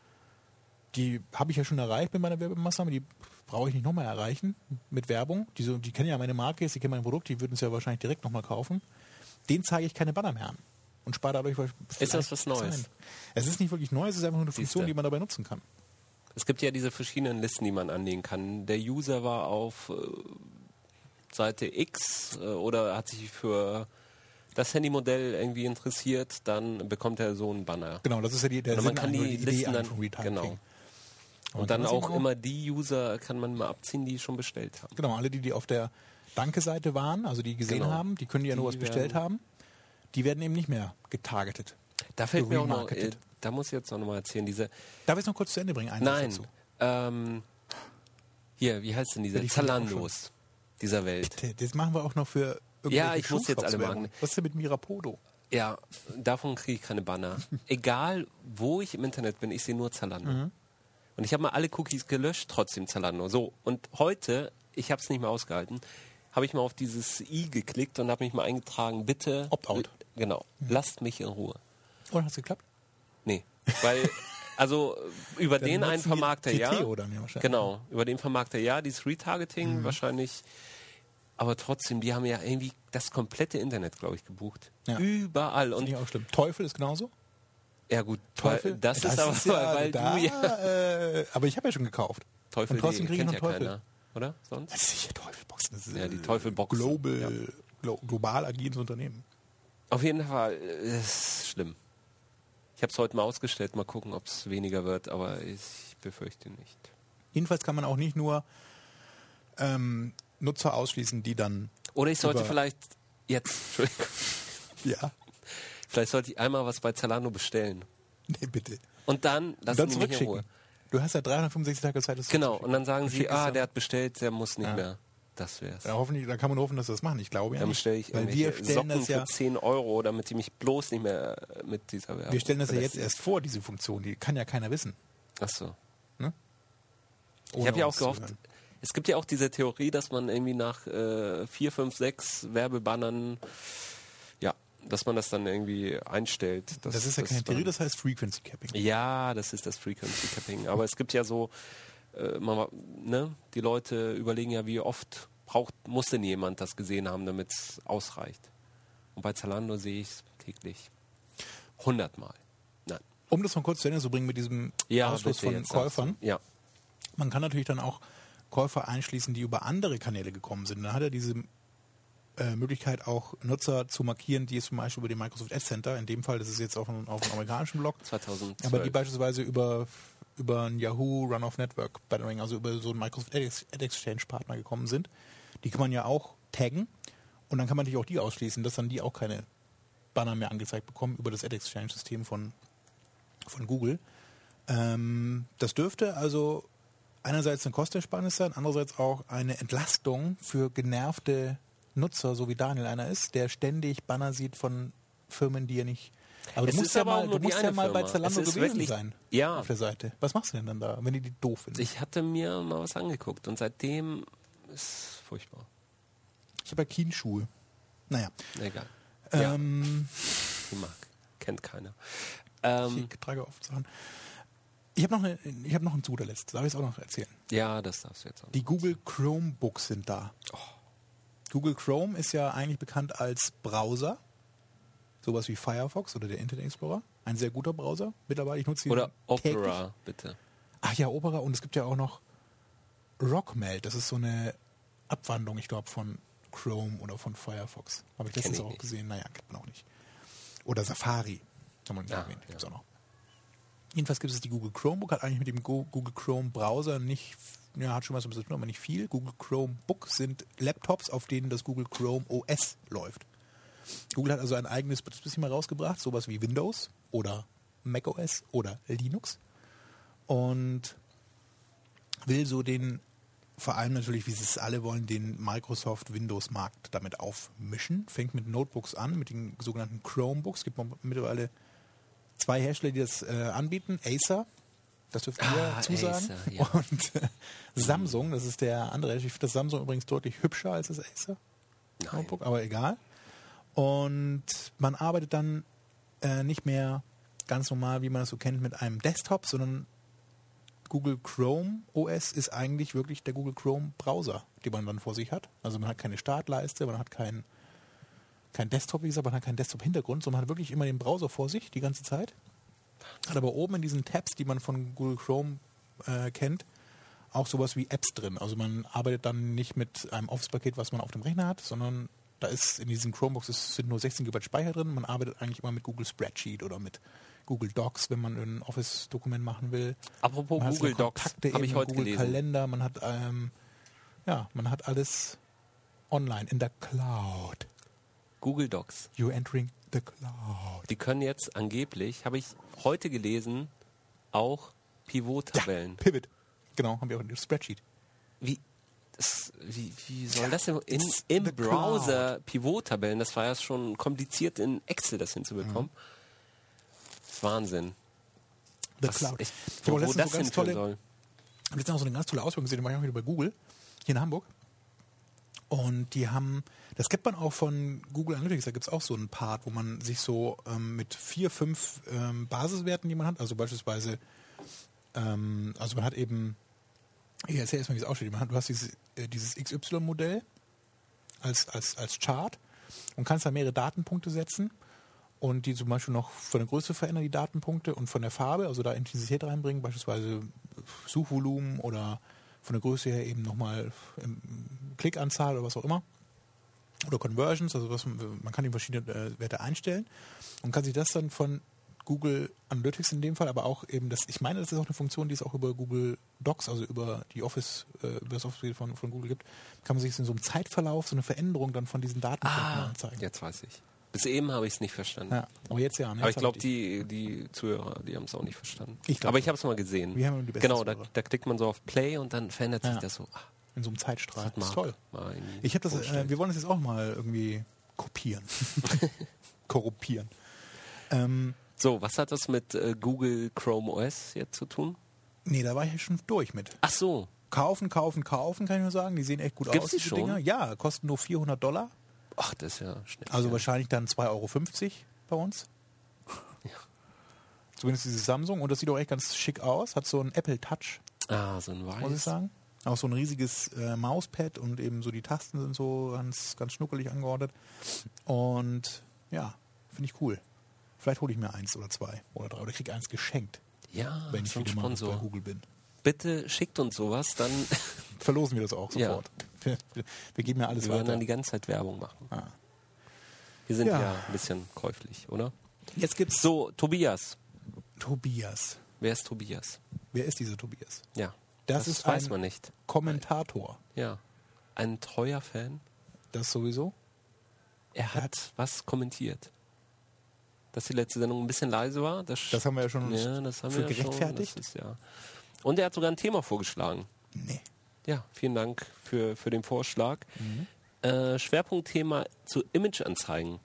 die habe ich ja schon erreicht mit meiner Werbemaßnahme, die brauche ich nicht nochmal erreichen mit Werbung. Die, so, die kennen ja meine Marke, die kennen mein Produkt, die würden es ja wahrscheinlich direkt nochmal kaufen. Den zeige ich keine Banner mehr an und spare dadurch Ist das was Neues? Zeit. Es ist nicht wirklich neu, es ist einfach nur eine Funktion, Siehste. die man dabei nutzen kann. Es gibt ja diese verschiedenen Listen, die man anlegen kann. Der User war auf äh, Seite X äh, oder hat sich für das Handymodell irgendwie interessiert, dann bekommt er so einen Banner. Genau, das ist ja die, der Oder man Sinn kann die eigentlich, Idee Listen eigentlich dann, von Retargeting. genau. Und Und dann das auch eben immer die User kann man mal abziehen, die schon bestellt haben. Genau, alle, die, die auf der Danke-Seite waren, also die gesehen Genau. haben, die können ja nur Die was bestellt werden- haben, die werden eben nicht mehr getargetet. Da fällt mir auch noch, äh, Remarketed. da muss ich jetzt noch mal erzählen, diese, Darf ich es noch kurz zu Ende bringen? Einen Satz nein, dazu. ähm, hier, wie heißt denn Ja, dieser? die kenn ich auch Zalandos dieser Welt. Bitte, das machen wir auch noch für irgendwelche Ja, ich muss jetzt alle Schuhshops-Werbung. machen. Was ist denn mit Mirapodo? Ja, davon kriege ich keine Banner. Egal, wo ich im Internet bin, ich sehe nur Zalando. Mhm. Und ich habe mal alle Cookies gelöscht, trotzdem Zalando. So, und heute, ich habe es nicht mehr ausgehalten, habe ich mal auf dieses i geklickt und habe mich mal eingetragen, bitte... Opt-out. Genau, lasst mich in Ruhe. Und hat es geklappt? Nee, weil, also über Dann den einen nutzen die Vermarkter T T ja. O dann ja wahrscheinlich. Genau, über den Vermarkter ja, dieses Retargeting Mhm. wahrscheinlich. Aber trotzdem, die haben ja irgendwie das komplette Internet, glaube ich, gebucht. Ja. Überall. Und Finde ich auch schlimm. Teufel ist genauso. ja gut, Teufel? weil, das, ist aber, ja, weil da, du ja... Äh, aber ich habe ja schon gekauft. Teufel, Und trotzdem die kriege ich kennt noch ja Teufel. keiner, oder? Sonst? Das ist sicher Teufelboxen. Das ist Ja, die äh, Teufelboxen, Global, ja. glo global agierendes Unternehmen. Auf jeden Fall, äh, es ist schlimm. Ich habe es heute mal ausgestellt, mal gucken, ob es weniger wird, aber ich befürchte nicht. Jedenfalls kann man auch nicht nur ähm, Nutzer ausschließen, die dann... Oder ich sollte über- vielleicht jetzt, Entschuldigung, Ja, vielleicht sollte ich einmal was bei Zalando bestellen. nee, bitte. Und dann Und lassen dann die mich in Ruhe. zurückschicken. Du hast ja dreihundertfünfundsechzig Tage Zeit, das Genau, zurückzuschicken. und dann sagen Und sie, schick es ah, dann. der hat bestellt, der muss nicht Ja. mehr. Das wär's. Ja, hoffentlich, da kann man hoffen, dass sie das machen. Ich glaube ja Dann nicht. bestelle ich Weil wir irgendwelche stellen Socken das ja, für zehn Euro, damit die mich bloß nicht mehr mit dieser Werbung wir stellen das ja jetzt belästigen. erst vor, diese Funktion. Die kann ja keiner wissen. Ach so. Ne? Ich Ohne habe ja auch uns gehofft, zu hören. es gibt ja auch diese Theorie, dass man irgendwie nach äh, vier, fünf, sechs Werbebannern, ja, dass man das dann irgendwie einstellt. dass- Das ist ja dass keine Theorie, man- das heißt Frequency Capping. Ja, das ist das Frequency Capping. Aber es gibt ja so, äh, man, ne, die Leute überlegen ja, wie oft braucht, muss denn jemand das gesehen haben, damit es ausreicht. Und bei Zalando sehe ich es täglich hundertmal. Nein. Um das mal kurz zu Ende zu bringen mit diesem Ja, Ausschluss bitte, von jetzt sagst du. Käufern. Ja. Man kann natürlich dann auch Käufer einschließen, die über andere Kanäle gekommen sind. Dann hat er diese äh, Möglichkeit auch Nutzer zu markieren, die es zum Beispiel über den Microsoft Ad Center, in dem Fall, das ist jetzt auf einem, auf einem amerikanischen Blog, zweitausendzwölf. aber die beispielsweise über, über ein Yahoo Runoff Network Battering, also über so einen Microsoft Ad Exchange Partner gekommen sind, die kann man ja auch taggen und dann kann man natürlich auch die ausschließen, dass dann die auch keine Banner mehr angezeigt bekommen über das Ad Exchange System von, von Google. Ähm, das dürfte also einerseits eine Kostenersparnis sein, andererseits auch eine Entlastung für genervte Nutzer, so wie Daniel einer ist, der ständig Banner sieht von Firmen, die er nicht... Aber Es du ist musst ja aber mal, auch nur du musst die ja eine mal bei Firma. Zalando Es ist gewesen wirklich- sein Ja. auf der Seite. Was machst du denn dann da, wenn die die doof findest? Ich hatte mir mal was angeguckt und seitdem ist furchtbar. Ich habe ja Kienschuhe. Naja. Egal. Ja, Ähm, die mag. Kennt keiner. Ähm, ich trage oft Sachen. Ich habe noch, eine, ich hab noch ein zu guter Letzt. Darf ich es auch noch erzählen? ja, das darfst du jetzt auch. Die Google Chromebooks sind da. Oh. Google Chrome ist ja eigentlich bekannt als Browser. Sowas wie Firefox oder der Internet Explorer. Ein sehr guter Browser mittlerweile. Ich nutze ihn Oder täglich. Opera, bitte. Ach ja, Opera. Und es gibt ja auch noch Rockmelt. Das ist so eine Abwandlung, ich glaube, von Chrome oder von Firefox. Habe ich Kenn letztens ich auch nicht. gesehen. Naja, kennt man auch nicht. Oder Safari. Kann man nicht Ah, erwähnen. Gibt's ja. auch noch. Jedenfalls gibt es die Google Chromebook, hat eigentlich mit dem Go- Google Chrome Browser nicht, ja, hat schon was damit zu tun, aber nicht viel. Google Chromebook sind Laptops, auf denen das Google Chrome O S läuft. Google hat also ein eigenes Betriebssystem herausgebracht, sowas wie Windows oder macOS oder Linux. Und will so den, vor allem natürlich, wie sie es alle wollen, den Microsoft Windows-Markt damit aufmischen. Fängt mit Notebooks an, mit den sogenannten Chromebooks. Es gibt mittlerweile zwei Hersteller, die das äh, anbieten. Acer, das dürft ihr Ah, zusagen. Acer, ja. Und äh, Samsung, das ist der andere. Ich finde das Samsung übrigens deutlich hübscher als das Acer Nein. Notebook, aber egal. Und man arbeitet dann äh, nicht mehr ganz normal, wie man das so kennt, mit einem Desktop, sondern Google Chrome O S ist eigentlich wirklich der Google Chrome Browser, den man dann vor sich hat. Also man hat keine Startleiste, man hat keinen kein Desktop, wie gesagt, man hat keinen Desktop-Hintergrund, sondern man hat wirklich immer den Browser vor sich die ganze Zeit. Hat aber oben in diesen Tabs, die man von Google Chrome äh, kennt, auch sowas wie Apps drin. Also man arbeitet dann nicht mit einem Office-Paket, was man auf dem Rechner hat, sondern da ist in diesen Chromebooks es sind nur sechzehn Gigabyte Speicher drin. Man arbeitet eigentlich immer mit Google Spreadsheet oder mit Google Docs, wenn man ein Office-Dokument machen will. Apropos Man hat Google seine Docs, Kontakte habe eben, ich heute Google gelesen. Kalender, man hat ähm, ja, man hat alles online in der Cloud. Google Docs. You're entering the cloud. Die können jetzt angeblich, habe ich heute gelesen, auch Pivot-Tabellen. Pivot. Genau, haben wir auch in dem Spreadsheet. Wie, das, wie, wie soll das denn in, it's im the Browser Pivot-Tabellen? Das war ja schon kompliziert in Excel das hinzubekommen. Das ist Wahnsinn. The Was, Cloud. echt, Ich habe wo, wo letztens das so ganz hinführen tolle, soll. Ich habe letztens auch so eine ganz tolle Ausführung gesehen, die war ich auch wieder bei Google, hier in Hamburg. Und die haben, das gibt man auch von Google Analytics, da gibt es auch so einen Part, wo man sich so ähm, mit vier, fünf ähm, Basiswerten, die man hat, also beispielsweise, ähm, also man hat eben, ich erzähle erstmal, wie es aussieht, man hat, du hast dieses, äh, dieses X Y-Modell als, als, als Chart und kannst da mehrere Datenpunkte setzen und die zum Beispiel noch von der Größe verändern, die Datenpunkte, und von der Farbe, also da Intensität reinbringen, beispielsweise Suchvolumen oder von der Größe her eben nochmal Klickanzahl oder was auch immer. Oder Conversions, also was, man kann die verschiedenen äh, Werte einstellen und kann sich das dann von Google Analytics in dem Fall, aber auch eben das, ich meine, das ist auch eine Funktion, die es auch über Google Docs, also über die Office, äh, über das Office von, von Google gibt, kann man sich in so einem Zeitverlauf so eine Veränderung dann von diesen Datenpunkten Ah, anzeigen. jetzt weiß ich. Bis eben habe ich es nicht verstanden. Ja, aber jetzt ja. Ne? Aber Jetzt ich glaube, hab die, die Zuhörer, die haben es auch nicht verstanden. Ich glaub Aber ich schon. habe es mal gesehen. Wir haben die besten Genau, da, Zuhörer. da klickt man so auf Play und dann verändert sich Ja. das so. Ach, in so einem Zeitstrahl. hat Das ist Marc toll. mal irgendwie Ich habe das, äh, vorgestellt. wir wollen das jetzt auch mal irgendwie kopieren. Korruptieren. Ähm, So, was hat das mit äh, Google Chrome O S jetzt zu tun? nee, da war ich ja schon durch mit. Ach so, Kaufen, kaufen, kaufen, kann ich nur sagen. Die sehen echt gut Gibt's aus, die diese schon? Dinger. Ja, kosten nur vierhundert Dollar. ach, das ist ja schnell. Also ja. wahrscheinlich dann zwei Euro fünfzig bei uns. Ja. Zumindest dieses Samsung. Und das sieht auch echt ganz schick aus. Hat so einen Apple Touch, Ah, so ein Weiß. muss ich sagen. Auch so ein riesiges äh, Mauspad und eben so die Tasten sind so ganz, ganz schnuckelig angeordnet. Und ja, finde ich cool. Vielleicht hole ich mir eins oder zwei oder drei oder kriege eins geschenkt, Ja, wenn ich so ein wieder mal bei Sponsor. Google bin. bitte schickt uns sowas, dann Verlosen wir das auch Ja. sofort. Wir, wir, wir geben ja alles wir werden weiter. dann die ganze Zeit Werbung machen. Ah. Wir sind Ja. ja, ein bisschen käuflich, oder? Jetzt gibt's So, Tobias. Tobias. Wer ist Tobias? Wer ist dieser Tobias? Ja, Das, das ist weiß ein man nicht. Kommentator. Ja, ein treuer Fan. Das sowieso. Er hat was kommentiert. Dass die letzte Sendung ein bisschen leise war. Das, Das haben wir ja schon uns ja, das haben für wir ja gerechtfertigt. Schon, das ist, ja. Und er hat sogar ein Thema vorgeschlagen. Nee. Ja, vielen Dank für, für den Vorschlag. Mhm. Äh, Schwerpunktthema zu Imageanzeigen.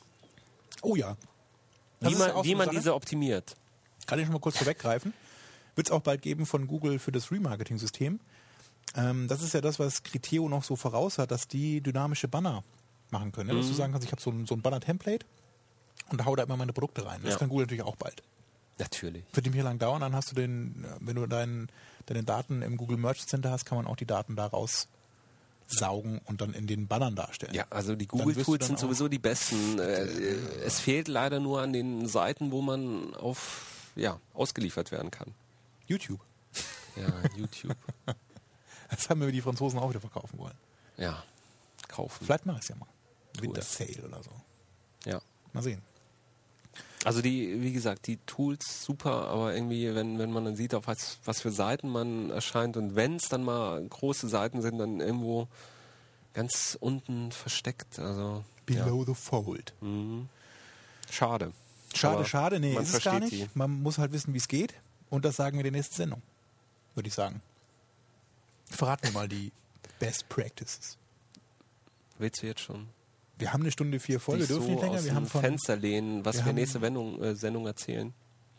Oh ja. Das Wie ist man, auch wie so eine man Sache. diese optimiert. Kann ich schon mal kurz vorweggreifen. Wird es auch bald geben von Google für das Remarketing-System. Ähm, das ist ja das, was Criteo noch so voraus hat, dass die dynamische Banner machen können. Ne? Dass du sagen kannst, ich habe so ein, so ein Banner-Template und hau da immer meine Produkte rein. Das Ja. kann Google natürlich auch bald. Natürlich. Wird nicht mehr lang dauern, dann hast du den, wenn du dein, deine Daten im Google Merch Center hast, kann man auch die Daten da raussaugen und dann in den Bannern darstellen. Ja, also die Dann wirst du Google-Tools dann sind auch- sowieso die besten. Äh, es fehlt leider nur an den Seiten, wo man auf ja, ausgeliefert werden kann. YouTube. Ja, YouTube. Das haben wir die Franzosen auch wieder verkaufen wollen. Ja, kaufen. Vielleicht mache ich es ja mal. Tu Winter es. Sale oder so. Ja. Mal sehen. Also die, wie gesagt, die Tools super, aber irgendwie, wenn, wenn man dann sieht, auf was, was für Seiten man erscheint und wenn es dann mal große Seiten sind, dann irgendwo ganz unten versteckt. Also Below the Fold. ja. mhm. Schade. Schade, Aber schade. Nee, man ist es gar versteht nicht. die. Man muss halt wissen, wie es geht. Und das sagen wir in der nächsten Sendung. Würde ich sagen. Verraten wir mal die Best Practices. Willst du jetzt schon Wir haben eine Stunde vier voll. Wir dich dürfen so nicht länger. aus Wir dem haben von. Fenster lehnen, was wir wir, haben- nächste Sendung, äh, Sendung erzählen?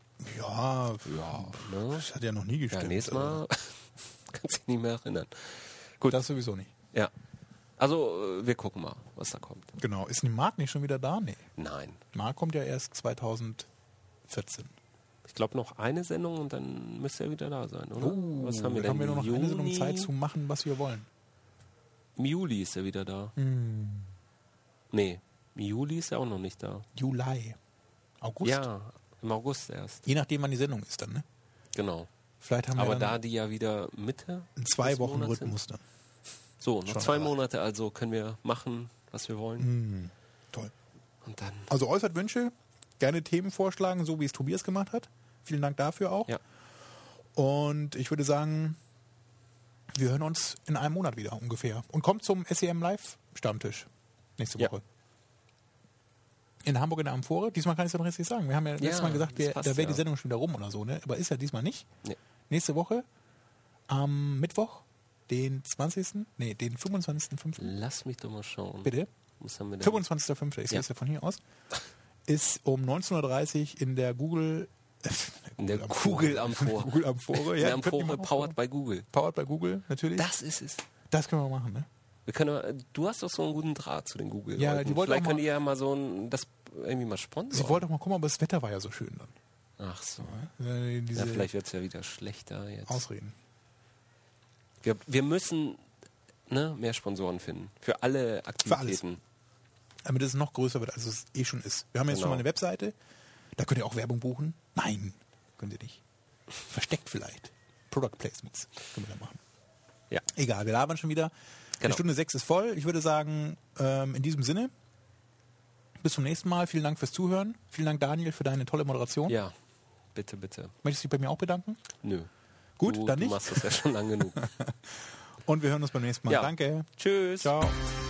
Ja, Ja, ne? das hat ja noch nie Ja, gestimmt. nächstes Also, Mal kannst dich nicht mehr erinnern. Gut, das sowieso nicht. ja. Also, äh, wir gucken mal, was da kommt. Genau. Ist ein Marc nicht schon wieder da? Nee. Nein. Marc kommt ja erst zweitausendvierzehn. Ich glaube noch eine Sendung und dann müsste er wieder da sein, oder? Oh, was haben wir dann denn? haben wir nur noch Juni? eine Sendung Zeit zu machen, was wir wollen. Im Juli ist er wieder da. Hm. Nee, im Juli ist er auch noch nicht da. Juli. August. Ja, im August erst. Je nachdem, wann die Sendung ist dann, ne? Genau. Vielleicht haben wir Aber dann da die ja wieder Mitte in zwei des Wochen Monats Rhythmus dann. sind. So, noch Schon zwei bereit. Monate, also können wir machen, was wir wollen. Hm. Toll. Und dann, Also äußert Wünsche, gerne Themen vorschlagen, so wie es Tobias gemacht hat. Vielen Dank dafür auch. ja, Und ich würde sagen, wir hören uns in einem Monat wieder ungefähr. Und kommt zum S E M Live Stammtisch nächste Ja. Woche. In Hamburg in der Amphore. Diesmal kann ich es ja noch jetzt nicht sagen. Wir haben ja, letztes Mal gesagt, das wir, passt da wäre ja. die Sendung schon wieder rum oder so, ne? Aber ist ja diesmal nicht. nee. Nächste Woche am Mittwoch, den zwanzigsten Nee, den fünfundzwanzigsten fünften Lass mich doch mal schauen. Bitte. Was haben wir denn? fünfundzwanzigsten fünften Ich sehe Ja. es ja von hier aus. Ist um neunzehn Uhr dreißig in der Google. In der Amphore. Google Amphore. Google Amphore, In ja. der Amphore powered by Google. Powered by Google, natürlich. Das, Das ist es. das können wir machen, ne? Wir können, du hast doch so einen guten Draht zu den Google. Ja, die wollten Vielleicht auch mal- könnt ihr ja mal so ein, das irgendwie mal sponsern. Sie wollte auch mal gucken, aber das Wetter war ja so schön dann. Ach so. Äh, Diese Ja, vielleicht wird es ja wieder schlechter jetzt. Ausreden. Wir, wir müssen ne, mehr Sponsoren finden. Für alle Aktivitäten. Damit es noch größer wird, als es eh schon ist. Wir haben jetzt Genau. schon mal eine Webseite. Da könnt ihr auch Werbung buchen. Nein, könnt ihr nicht. Versteckt vielleicht. Product Placements können wir da machen. Ja. Egal, wir labern schon wieder. Die Genau. Stunde sechs ist voll. Ich würde sagen, ähm, in diesem Sinne, bis zum nächsten Mal. Vielen Dank fürs Zuhören. Vielen Dank, Daniel, für deine tolle Moderation. Ja, bitte, bitte. Möchtest du dich bei mir auch bedanken? Nö. Gut, du, dann du nicht. machst das ja schon lang genug. Und wir hören uns beim nächsten Mal. Ja. Danke. Tschüss. Ciao.